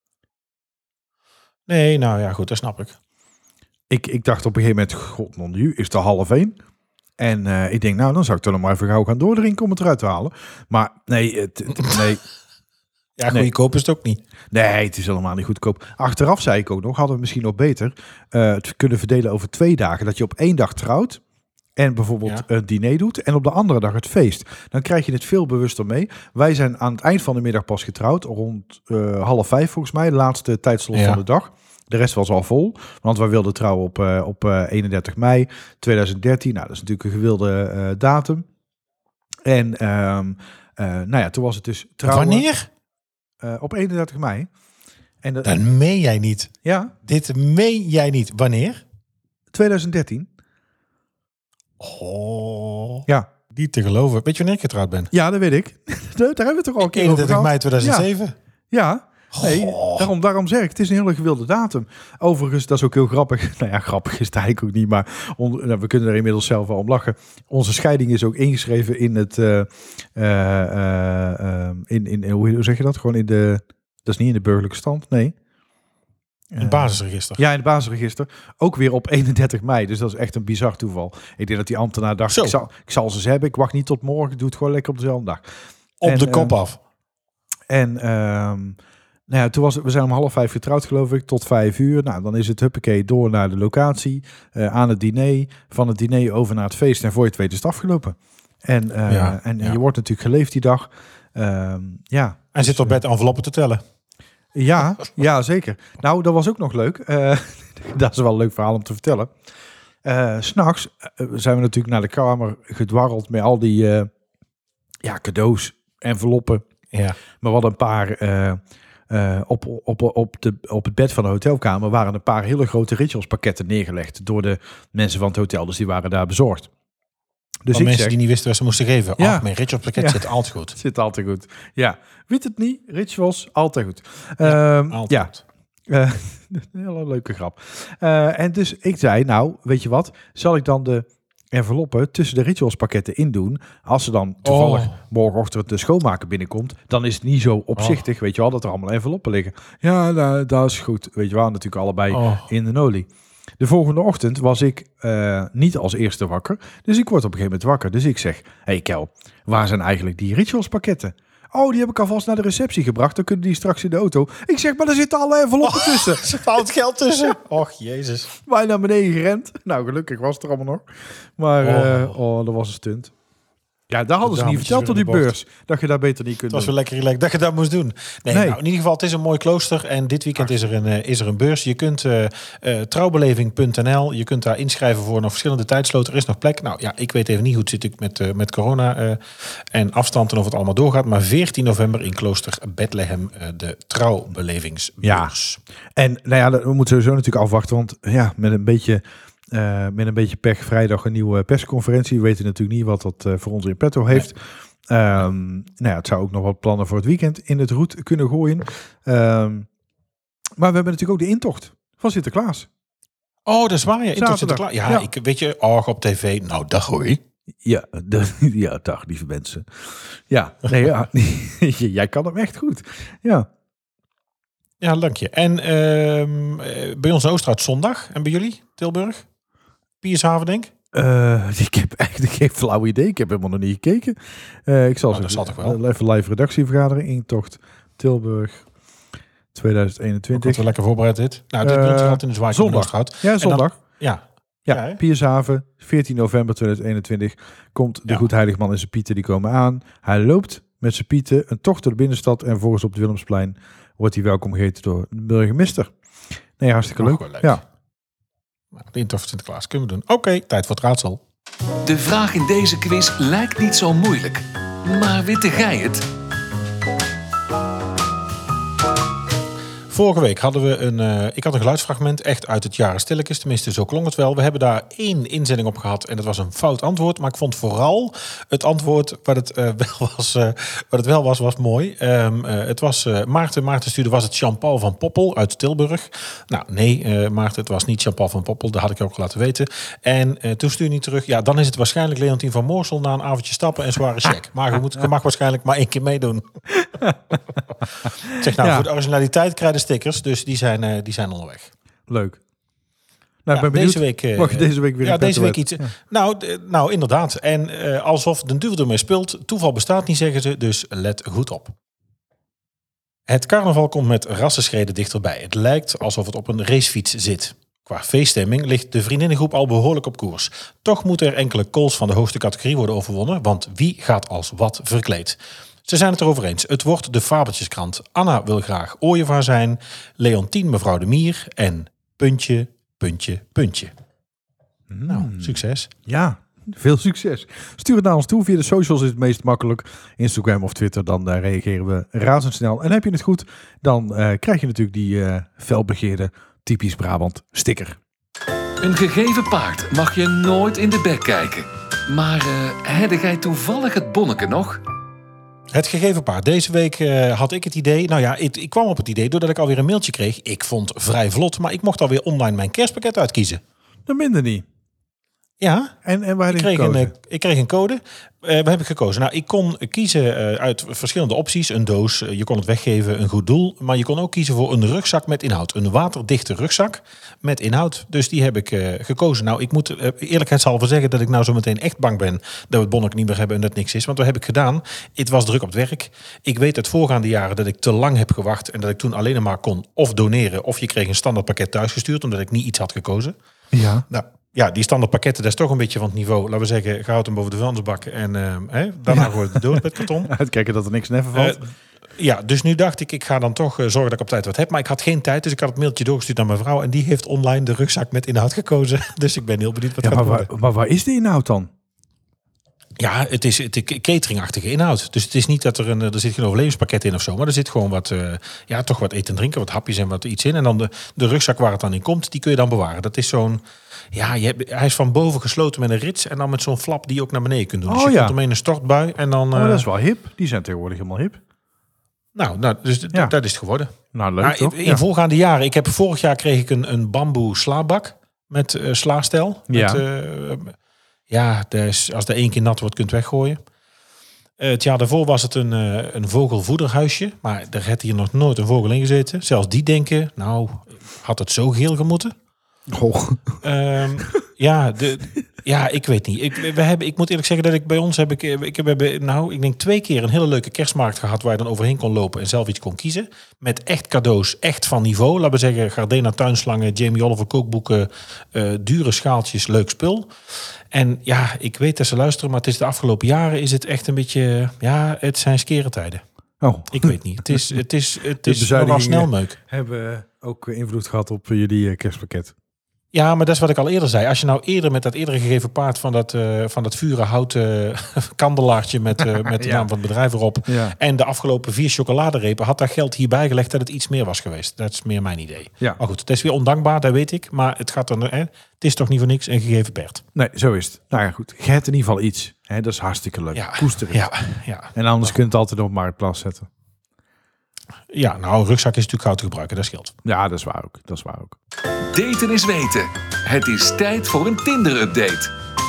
Speaker 2: Nee, nou ja, goed, dat snap ik.
Speaker 3: Ik, ik dacht op een gegeven moment, god, non, nu is het half één. En uh, ik denk, nou, dan zou ik toch nog maar even gauw gaan doordrinken om het eruit te halen. Maar nee, het, het, nee.
Speaker 2: Ja, goedkoop nee. is het ook niet.
Speaker 3: Nee, het is helemaal niet goedkoop. Achteraf zei ik ook nog, hadden we misschien nog beter uh, het kunnen verdelen over twee dagen. Dat je op één dag trouwt en bijvoorbeeld ja. een diner doet en op de andere dag het feest. Dan krijg je het veel bewuster mee. Wij zijn aan het eind van de middag pas getrouwd, rond uh, half vijf volgens mij, de laatste tijdslot ja. van de dag. De rest was al vol, want wij wilden trouwen op, uh, op uh, eenendertig mei tweeduizend dertien. Nou, dat is natuurlijk een gewilde uh, datum. En um, uh, nou ja, toen was het dus trouwen.
Speaker 2: Wanneer?
Speaker 3: Uh, op eenendertig mei. En dat,
Speaker 2: dat meen jij niet.
Speaker 3: Ja.
Speaker 2: Dit meen jij niet. Wanneer?
Speaker 3: tweeduizend dertien.
Speaker 2: Oh.
Speaker 3: Ja.
Speaker 2: Niet te geloven. Weet je wanneer ik getrouwd ben?
Speaker 3: Ja, dat weet ik. Daar hebben we het toch al een keer over
Speaker 2: eenendertig mei tweeduizend zeven.
Speaker 3: Ja. ja. Nee, daarom, daarom zeg ik, het is een hele gewilde datum. Overigens, dat is ook heel grappig. Nou ja, grappig is het eigenlijk ook niet, maar on, nou, we kunnen er inmiddels zelf wel om lachen. Onze scheiding is ook ingeschreven in het, uh, uh, uh, in, in, hoe zeg je dat? Gewoon in de, dat is niet in de burgerlijke stand, nee.
Speaker 2: In het basisregister.
Speaker 3: Ja, in het basisregister. Ook weer op eenendertig mei. Dus dat is echt een bizar toeval. Ik denk dat die ambtenaar dacht, ik zal, ik zal ze eens hebben. Ik wacht niet tot morgen. Ik doe het gewoon lekker op dezelfde dag.
Speaker 2: Op
Speaker 3: en,
Speaker 2: de kop
Speaker 3: uh,
Speaker 2: af.
Speaker 3: En... Um, Nou ja, toen was het, we zijn om half vijf getrouwd, geloof ik, tot vijf uur. Nou, dan is het huppakee door naar de locatie, uh, aan het diner, van het diner over naar het feest. En voor je het weet is het afgelopen. En, uh, ja, en, en ja. je wordt natuurlijk geleefd die dag. Uh, ja.
Speaker 2: En zit op bed enveloppen te tellen.
Speaker 3: Ja, ja, zeker. Nou, dat was ook nog leuk. Uh, dat is wel een leuk verhaal om te vertellen. Uh, 's Nachts uh, zijn we natuurlijk naar de kamer gedwarreld met al die uh, ja, cadeaus, enveloppen.
Speaker 2: Ja.
Speaker 3: Maar we hadden een paar... Uh, Uh, op, op, op, de, op het bed van de hotelkamer waren een paar hele grote Rituals pakketten neergelegd door de mensen van het hotel. Dus die waren daar bezorgd. Dus ik
Speaker 2: mensen
Speaker 3: zeg,
Speaker 2: die niet wisten wat ze moesten geven.
Speaker 3: Ja.
Speaker 2: Ach, mijn Rituals pakket
Speaker 3: Ja.
Speaker 2: zit altijd goed.
Speaker 3: Zit altijd goed. Ja, weet het niet. Rituals, altijd goed. Ja, um,
Speaker 2: altijd
Speaker 3: ja.
Speaker 2: goed.
Speaker 3: Uh, een hele leuke grap. Uh, en dus ik zei, nou, weet je wat? Zal ik dan de enveloppen tussen de Rituals pakketten in doen? Als ze dan toevallig oh. morgenochtend de schoonmaker binnenkomt, dan is het niet zo opzichtig, oh. weet je wel, dat er allemaal enveloppen liggen. Ja, nou, dat is goed. Weet je wel, natuurlijk allebei oh. in de nolie. De volgende ochtend was ik uh, niet als eerste wakker, dus ik word op een gegeven moment wakker. Dus ik zeg, hé hey Kel, waar zijn eigenlijk die Rituals pakketten? Oh, die heb ik alvast naar de receptie gebracht. Dan kunnen die straks in de auto. Ik zeg, maar er zitten alle enveloppen oh, tussen.
Speaker 2: Er zit al het geld tussen. Och, jezus.
Speaker 3: Wij naar beneden gerend. Nou, gelukkig was het er allemaal nog. Maar, oh, uh, oh dat was een stunt. Ja, daar hadden ze niet verteld op die beurs. Dat je daar beter niet kunt
Speaker 2: Het was
Speaker 3: doen.
Speaker 2: wel lekker relaxed dat je dat moest doen. Nee,
Speaker 3: Nee.
Speaker 2: Nou, in ieder geval, het is een mooi klooster. En dit weekend is er een, uh, is er een beurs. Je kunt uh, uh, trouwbeleving punt n l. Je kunt daar inschrijven voor nog verschillende tijdsloten. Er is nog plek. Nou ja, ik weet even niet hoe het zit ik met, uh, met corona uh, en afstand en of het allemaal doorgaat. Maar veertien november in klooster Bethlehem uh, de trouwbelevingsbeurs.
Speaker 3: Ja. En nou ja, we moeten sowieso natuurlijk afwachten. Want ja, met een beetje... Uh, met een beetje pech vrijdag een nieuwe persconferentie. We weten natuurlijk niet wat dat uh, voor ons in petto heeft. Nee. Um, nou ja, het zou ook nog wat plannen voor het weekend in het roet kunnen gooien. Um, maar we hebben natuurlijk ook de intocht van Sinterklaas.
Speaker 2: Oh, dat is waar. Ja, intocht Sinterklaas. Ja, ja. Ik, weet je, oh, op tv. Nou, dag hoor.
Speaker 3: Ja, de, ja, dag lieve mensen. Ja, nee, ja, jij kan hem echt goed. Ja.
Speaker 2: Ja, dank je. En uh, bij ons in Oosterhout zondag. En bij jullie, Tilburg? Piershaven, denk ik?
Speaker 3: Uh, ik heb eigenlijk geen flauw idee. Ik heb helemaal nog niet gekeken. Uh, ik zal
Speaker 2: oh, dat zal toch wel.
Speaker 3: Even live redactievergadering. Intocht Tilburg tweeduizend eenentwintig.
Speaker 2: Komt wel lekker voorbereid dit. Nou, dit uh, gaat in de zwaai
Speaker 3: zondag.
Speaker 2: Oosterhout.
Speaker 3: Ja, zondag.
Speaker 2: Dan, ja.
Speaker 3: Ja, ja Piershaven, veertien november tweeduizend eenentwintig. Komt de ja. Goedheiligman en zijn pieten, die komen aan. Hij loopt met zijn pieten een tocht door de binnenstad. En volgens op het Willemsplein wordt hij welkom geheten door de burgemeester. Nee, hartstikke leuk. leuk. Ja.
Speaker 2: Nou, de intocht van Sinterklaas kunnen we doen. Oké, okay, tijd voor het raadsel.
Speaker 1: De vraag in deze quiz lijkt niet zo moeilijk. Maar witte gij het?
Speaker 2: Vorige week hadden we een... Uh, ik had een geluidsfragment echt uit het Jaren Stilletjes. Tenminste, zo klonk het wel. We hebben daar één inzending op gehad. En dat was een fout antwoord. Maar ik vond vooral het antwoord wat het, uh, wel, was, uh, wat het wel was, was mooi. Um, uh, het was uh, Maarten. Maarten stuurde, was het Jean-Paul van Poppel uit Tilburg. Nou, nee, uh, Maarten, het was niet Jean-Paul van Poppel. Dat had ik ook laten weten. En uh, toen stuurde hij terug. Ja, dan is het waarschijnlijk Leontien van Moorsel na een avondje stappen en zware check. Maar je, moet, je mag waarschijnlijk maar één keer meedoen. Zeg nou, ja. Voor de originaliteit krijg je stickers, dus die zijn, uh, die zijn onderweg.
Speaker 3: Leuk. Nou, ja, ben benieuwd. Deze week, uh, Mag je deze week weer
Speaker 2: ja, deze week iets. Ja. Nou, d- nou, inderdaad. En uh, alsof de duivel ermee speelt. Toeval bestaat niet, zeggen ze. Dus let goed op. Het carnaval komt met rassenschreden dichterbij. Het lijkt alsof het op een racefiets zit. Qua feeststemming ligt de vriendinnengroep al behoorlijk op koers. Toch moeten er enkele calls van de hoogste categorie worden overwonnen. Want wie gaat als wat verkleed? Ze zijn het erover eens. Het wordt de Fabeltjeskrant. Anna wil graag ooievaar zijn. Leontien mevrouw de Mier. En puntje, puntje, puntje. Mm. Nou, succes.
Speaker 3: Ja, veel succes. Stuur het naar ons toe. Via de socials is het meest makkelijk. Instagram of Twitter, dan uh, reageren we razendsnel. En heb je het goed, dan uh, krijg je natuurlijk die uh, felbegeerde typisch Brabant sticker.
Speaker 1: Een gegeven paard mag je nooit in de bek kijken. Maar uh, heb jij toevallig het bonneke nog?
Speaker 2: Het gegeven paard. Deze week uh, had ik het idee... Nou ja, ik, ik kwam op het idee doordat ik alweer een mailtje kreeg. Ik vond vrij vlot, maar ik mocht alweer online mijn kerstpakket uitkiezen.
Speaker 3: Dat minder niet.
Speaker 2: Ja.
Speaker 3: En, en waar heb je
Speaker 2: ik,
Speaker 3: gekozen?
Speaker 2: Een, ik kreeg een code. Uh, waar heb ik gekozen? Nou, ik kon kiezen uh, uit verschillende opties. Een doos, uh, je kon het weggeven, een goed doel. Maar je kon ook kiezen voor een rugzak met inhoud. Een waterdichte rugzak met inhoud. Dus die heb ik uh, gekozen. Nou, ik moet uh, eerlijkheidshalve zeggen dat ik nou zo meteen echt bang ben dat we het bonnetje niet meer hebben en dat niks is. Want wat heb ik gedaan? Het was druk op het werk. Ik weet uit voorgaande jaren dat ik te lang heb gewacht en dat ik toen alleen maar kon of doneren of je kreeg een standaard pakket thuisgestuurd omdat ik niet iets had gekozen.
Speaker 3: Ja.
Speaker 2: Nou, ja, die standaard pakketten, dat is toch een beetje van het niveau. Laten we zeggen, goud hem boven de vuilnisbak en uh, hè, daarna ja. Gooi je het dood met karton.
Speaker 3: Uitkijken dat er niks neffen valt. Uh,
Speaker 2: ja, dus nu dacht ik, ik ga dan toch uh, zorgen dat ik op tijd wat heb. Maar ik had geen tijd, dus ik had het mailtje doorgestuurd naar mijn vrouw. En die heeft online de rugzak met inhoud gekozen. Dus ik ben heel benieuwd wat
Speaker 3: ja,
Speaker 2: gaat
Speaker 3: maar
Speaker 2: worden.
Speaker 3: Waar, maar waar is de inhoud dan?
Speaker 2: Ja, het is, het is cateringachtige inhoud. Dus het is niet dat er een, er zit geen overlevingspakket in of zo. Maar er zit gewoon wat, uh, ja, toch wat eten en drinken, wat hapjes en wat iets in. En dan de, de rugzak waar het dan in komt, die kun je dan bewaren. Dat is zo'n, ja, je hebt, hij is van boven gesloten met een rits. En dan met zo'n flap die je ook naar beneden kunt doen. Dus
Speaker 3: oh,
Speaker 2: je
Speaker 3: ja.
Speaker 2: komt ermee in een stortbui. En dan, uh,
Speaker 3: oh, dat is wel hip. Die zijn tegenwoordig helemaal hip.
Speaker 2: Nou, nou dus d- ja. dat is het geworden.
Speaker 3: Nou, leuk
Speaker 2: maar
Speaker 3: toch?
Speaker 2: In
Speaker 3: ja.
Speaker 2: voorgaande jaren, ik heb vorig jaar kreeg ik een, een bamboe slaabak met uh, slaastijl.
Speaker 3: Ja.
Speaker 2: Met, uh, ja, dus als er één keer nat wordt, kunt weggooien. Uh, het jaar daarvoor was het een, uh, een vogelvoederhuisje. Maar er had hier nog nooit een vogel in gezeten. Zelfs die denken, nou, had het zo geel gemoeten?
Speaker 3: Oh.
Speaker 2: Um, ja, de, Ja, ik weet niet. Ik, we hebben, ik moet eerlijk zeggen dat ik bij ons heb ik, ik heb nou, ik denk twee keer een hele leuke kerstmarkt gehad waar je dan overheen kon lopen en zelf iets kon kiezen. Met echt cadeaus, echt van niveau. Laten we zeggen, Gardena tuinslangen, Jamie Oliver kookboeken, uh, dure schaaltjes, leuk spul. En ja, ik weet dat ze luisteren, maar het is de afgelopen jaren is het echt een beetje, ja, het zijn skere tijden.
Speaker 3: Oh.
Speaker 2: Ik weet niet. Het is, het is, het is nogal snel meuk.
Speaker 3: Hebben ook invloed gehad op jullie kerstpakket.
Speaker 2: Ja, maar dat is wat ik al eerder zei. Als je nou eerder met dat eerdere gegeven paard van dat, uh, van dat vure houten uh, kandelaartje met, uh, met de ja. naam van het bedrijf erop ja. en de afgelopen vier chocoladerepen had dat geld hierbij gelegd dat het iets meer was geweest. Dat is meer mijn idee. Ja. Maar goed, het is weer ondankbaar, dat weet ik. Maar het gaat dan, hè, het is toch niet voor niks een gegeven paard.
Speaker 3: Nee, zo is het. Nou ja, goed. Je hebt in ieder geval iets. Hè, dat is hartstikke leuk. Ja. Koester het.
Speaker 2: Ja. Ja.
Speaker 3: En anders kun je het altijd op Marktplaats zetten.
Speaker 2: Ja, nou, een rugzak is natuurlijk gauw te gebruiken, dat scheelt.
Speaker 3: Ja, dat is waar ook. Dat is waar ook.
Speaker 1: Daten is weten. Het is tijd voor een Tinder-update.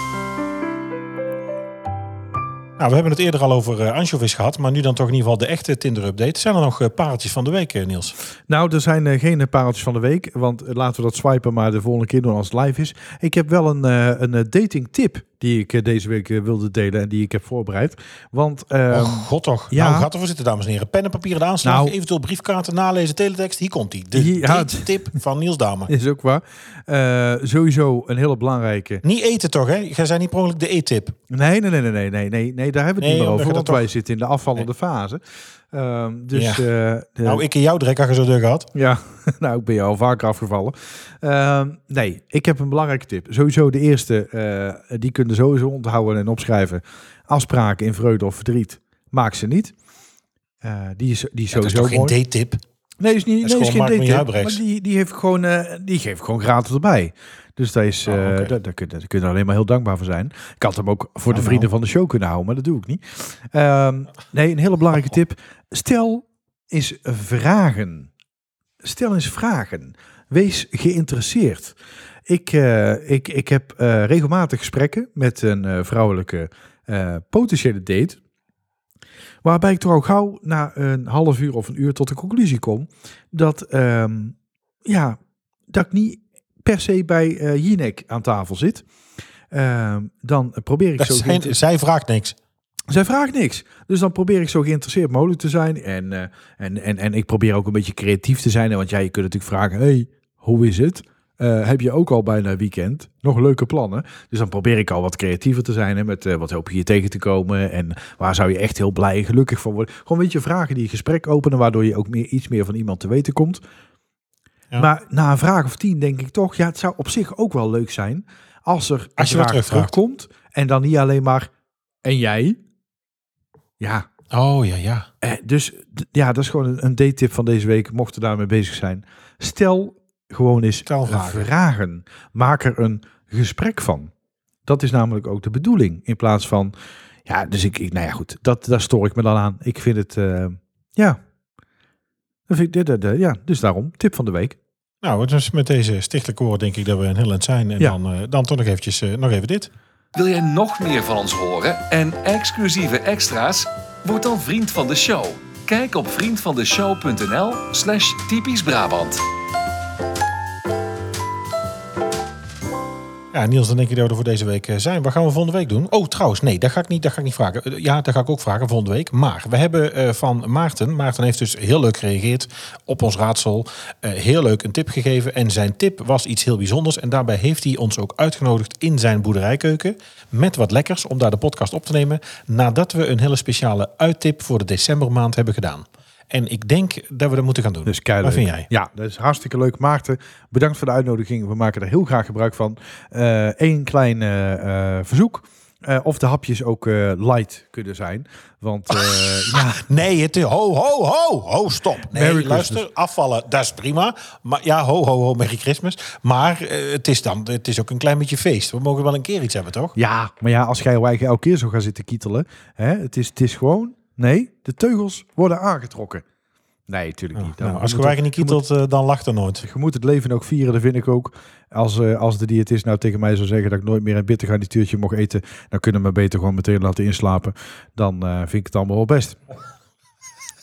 Speaker 2: Nou, we hebben het eerder al over uh, anchovies gehad, maar nu dan toch in ieder geval de echte Tinder-update. Zijn er nog uh, pareltjes van de week, uh, Niels?
Speaker 3: Nou, er zijn uh, geen pareltjes van de week, want uh, laten we dat swipen maar de volgende keer doen als het live is. Ik heb wel een, uh, een uh, dating tip die ik uh, deze week uh, wilde delen en die ik heb voorbereid. Want, uh,
Speaker 2: oh god toch. Ja. Nou, gaat ervoor zitten, dames en heren. Pen en papier in de aanslag, nou, eventueel briefkaarten, nalezen, teletext. Hier komt hij. De hier, date tip van Niels Damen.
Speaker 3: Is ook waar. Uh, sowieso een hele belangrijke.
Speaker 2: Niet eten toch, hè? Jij zei niet per ongeluk de eettip.
Speaker 3: Nee, nee, nee, nee, nee, nee, nee, daar hebben we het nee, niet meer over, want toch... wij zitten in de afvallende nee. fase. Uh, dus, ja. uh, de...
Speaker 2: Nou, ik in jouw drek had je zo deur gehad.
Speaker 3: Ja, nou, ik ben je al vaker afgevallen. Uh, nee, ik heb een belangrijke tip. Sowieso de eerste, uh, die kunnen sowieso onthouden en opschrijven. Afspraken in vreugde of verdriet, maak ze niet. Uh, die is, die is
Speaker 2: ja,
Speaker 3: sowieso
Speaker 2: dat is toch
Speaker 3: mooi.
Speaker 2: geen date-tip?
Speaker 3: Nee, is niet, dat is, nee, is geen date-tip, maar die, die, heeft gewoon, uh, die geeft gewoon gratis erbij. Dus daar, is, uh, oh, okay. daar, daar, kun, daar kun je alleen maar heel dankbaar voor zijn. Ik had hem ook voor oh, de vrienden nou. van de show kunnen houden, maar dat doe ik niet. Um, nee, een hele belangrijke tip. Stel eens vragen. Stel eens vragen. Wees geïnteresseerd. Ik, uh, ik, ik heb uh, regelmatig gesprekken met een uh, vrouwelijke uh, potentiële date. Waarbij ik toch al gauw na een half uur of een uur tot de conclusie kom dat, um, ja, dat ik niet per se bij uh, Jinek aan tafel zit. Uh, dan probeer ik zo...
Speaker 2: Zijn, zij vraagt niks.
Speaker 3: Zij vraagt niks. Dus dan probeer ik zo geïnteresseerd mogelijk te zijn. En, uh, en, en, en ik probeer ook een beetje creatief te zijn. Want ja, je kunt natuurlijk vragen, hey, hoe is het? Uh, heb je ook al bijna weekend? Nog leuke plannen? Dus dan probeer ik al wat creatiever te zijn. Hè, met uh, wat hoop je hier tegen te komen? En waar zou je echt heel blij en gelukkig van worden? Gewoon een beetje vragen die je gesprek openen. Waardoor je ook meer, iets meer van iemand te weten komt. Ja. Maar na een vraag of tien denk ik toch, ja, het zou op zich ook wel leuk zijn als er
Speaker 2: als je
Speaker 3: een vraag terugkomt en dan niet alleen maar en jij. Ja.
Speaker 2: Oh ja, ja.
Speaker 3: Eh, dus d- ja, dat is gewoon een, een date-tip van deze week. Mocht er daarmee bezig zijn, stel gewoon eens
Speaker 2: stel vragen.
Speaker 3: vragen. Maak er een gesprek van. Dat is namelijk ook de bedoeling. In plaats van, ja, dus ik, ik nou ja, goed, dat daar stoor ik me dan aan. Ik vind het, uh, ja. Dat vind ik, de, de, de, ja, dus daarom, tip van de week.
Speaker 2: Nou, dus met deze stichtelijke woord denk ik dat we een heel eind zijn. En ja. dan, uh, dan toch nog eventjes, uh, nog even dit.
Speaker 1: Wil jij nog meer van ons horen en exclusieve extra's? Word dan vriend van de show. Kijk op vriendvandeshow.nl slash typisch Brabant.
Speaker 2: Ja, Niels, dan denk ik dat we er voor deze week zijn. Wat gaan we volgende week doen? Oh, trouwens, nee, dat ga ik niet, dat ga ik niet vragen. Ja, dat ga ik ook vragen volgende week. Maar we hebben uh, van Maarten, Maarten heeft dus heel leuk gereageerd op ons raadsel. Uh, heel leuk een tip gegeven. En zijn tip was iets heel bijzonders. En daarbij heeft hij ons ook uitgenodigd in zijn boerderijkeuken. Met wat lekkers om daar de podcast op te nemen. Nadat we een hele speciale uittip voor de decembermaand hebben gedaan. En ik denk dat we dat moeten gaan doen.
Speaker 3: Dus
Speaker 2: wat vind jij?
Speaker 3: Ja, dat is hartstikke leuk. Maarten, bedankt voor de uitnodiging. We maken er heel graag gebruik van. Eén uh, klein uh, uh, verzoek. Uh, of de hapjes ook uh, light kunnen zijn. Want uh, ja.
Speaker 2: Nee, het is ho, ho, ho, ho, stop. Nee, Merry luister, Christmas. Afvallen, dat is prima. Maar ja, ho, ho, ho, Merry Christmas. Maar uh, het is dan, het is ook een klein beetje feest. We mogen wel een keer iets hebben, toch?
Speaker 3: Ja, maar ja, als jij eigen elke keer zo gaat zitten kietelen. Hè, het, is, het is gewoon... Nee, de teugels worden aangetrokken. Nee, natuurlijk niet.
Speaker 2: Nou, als je eigen niet kietelt, moet, dan lacht er nooit.
Speaker 3: Je moet het leven ook vieren, dat vind ik ook. Als, uh, als de diëtist nou tegen mij zou zeggen dat ik nooit meer een bittergarnituurtje mocht eten, dan kunnen we me beter gewoon meteen laten inslapen. Dan uh, vind ik het allemaal wel best.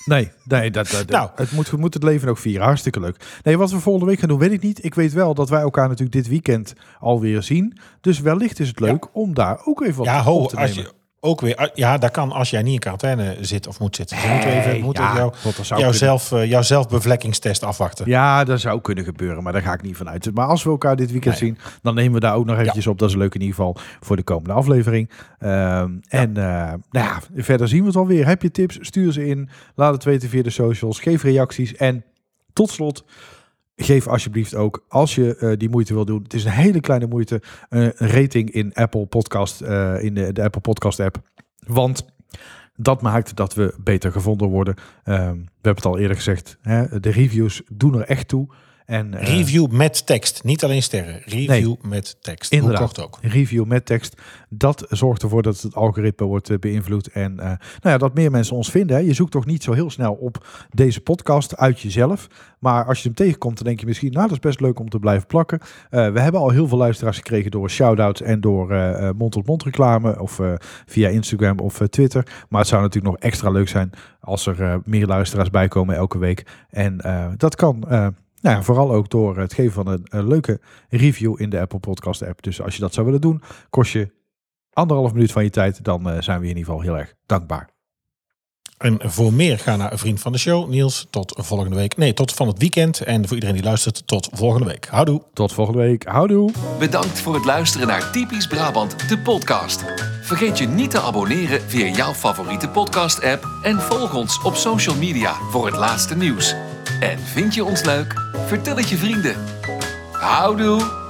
Speaker 3: Nee, nee dat, dat,
Speaker 2: Nou.
Speaker 3: het moet, we moeten het leven ook vieren. Hartstikke leuk. Nee, wat we volgende week gaan doen, weet ik niet. Ik weet wel dat wij elkaar natuurlijk dit weekend alweer zien. Dus wellicht is het leuk ja. om daar ook even wat
Speaker 2: ja, ho,
Speaker 3: op te
Speaker 2: als
Speaker 3: nemen.
Speaker 2: je ook weer, ja, dat kan als jij niet in quarantaine zit of moet zitten. Dus moeten we even, moeten
Speaker 3: ja,
Speaker 2: jou,
Speaker 3: jou
Speaker 2: jou zelf, uh, jouw zelfbevlekkingstest afwachten.
Speaker 3: Ja, dat zou kunnen gebeuren, maar daar ga ik niet van uit. Maar als we elkaar dit weekend nee. zien, dan nemen we daar ook nog eventjes ja. op. Dat is leuk in ieder geval voor de komende aflevering. Um, ja. En uh, nou ja, verder zien we het alweer. Heb je tips? Stuur ze in. Laat het weten via de socials. Geef reacties. En tot slot, geef alsjeblieft ook, als je uh, die moeite wil doen. Het is een hele kleine moeite. Uh, een rating in Apple Podcast, uh, in de, de Apple Podcast app. Want dat maakt dat we beter gevonden worden. Um, we hebben het al eerder gezegd. Hè, de reviews doen er echt toe. En, uh,
Speaker 2: review met tekst, niet alleen sterren. Review nee, met tekst.
Speaker 3: Inderdaad,
Speaker 2: Hoe kort ook.
Speaker 3: Review met tekst. Dat zorgt ervoor dat het algoritme wordt uh, beïnvloed. En uh, nou ja, dat meer mensen ons vinden. Hè. Je zoekt toch niet zo heel snel op deze podcast uit jezelf. Maar als je hem tegenkomt, dan denk je misschien, nou, dat is best leuk om te blijven plakken. Uh, we hebben al heel veel luisteraars gekregen door shout-outs en door uh, mond-tot-mond reclame. Of uh, via Instagram of uh, Twitter. Maar het zou natuurlijk nog extra leuk zijn als er uh, meer luisteraars bij komen elke week. En uh, dat kan... Uh, Nou ja, vooral ook door het geven van een, een leuke review in de Apple Podcast app. Dus als je dat zou willen doen, kost je anderhalf minuut van je tijd. Dan uh, zijn we in ieder geval heel erg dankbaar.
Speaker 2: En voor meer ga naar een vriend van de show. Niels, tot volgende week. Nee, tot van het weekend. En voor iedereen die luistert, tot volgende week. Houdoe.
Speaker 3: Tot volgende week. Houdoe.
Speaker 1: Bedankt voor het luisteren naar Typisch Brabant, de podcast. Vergeet je niet te abonneren via jouw favoriete podcast app. En volg ons op social media voor het laatste nieuws. En vind je ons leuk? Vertel het je vrienden. Houdoe.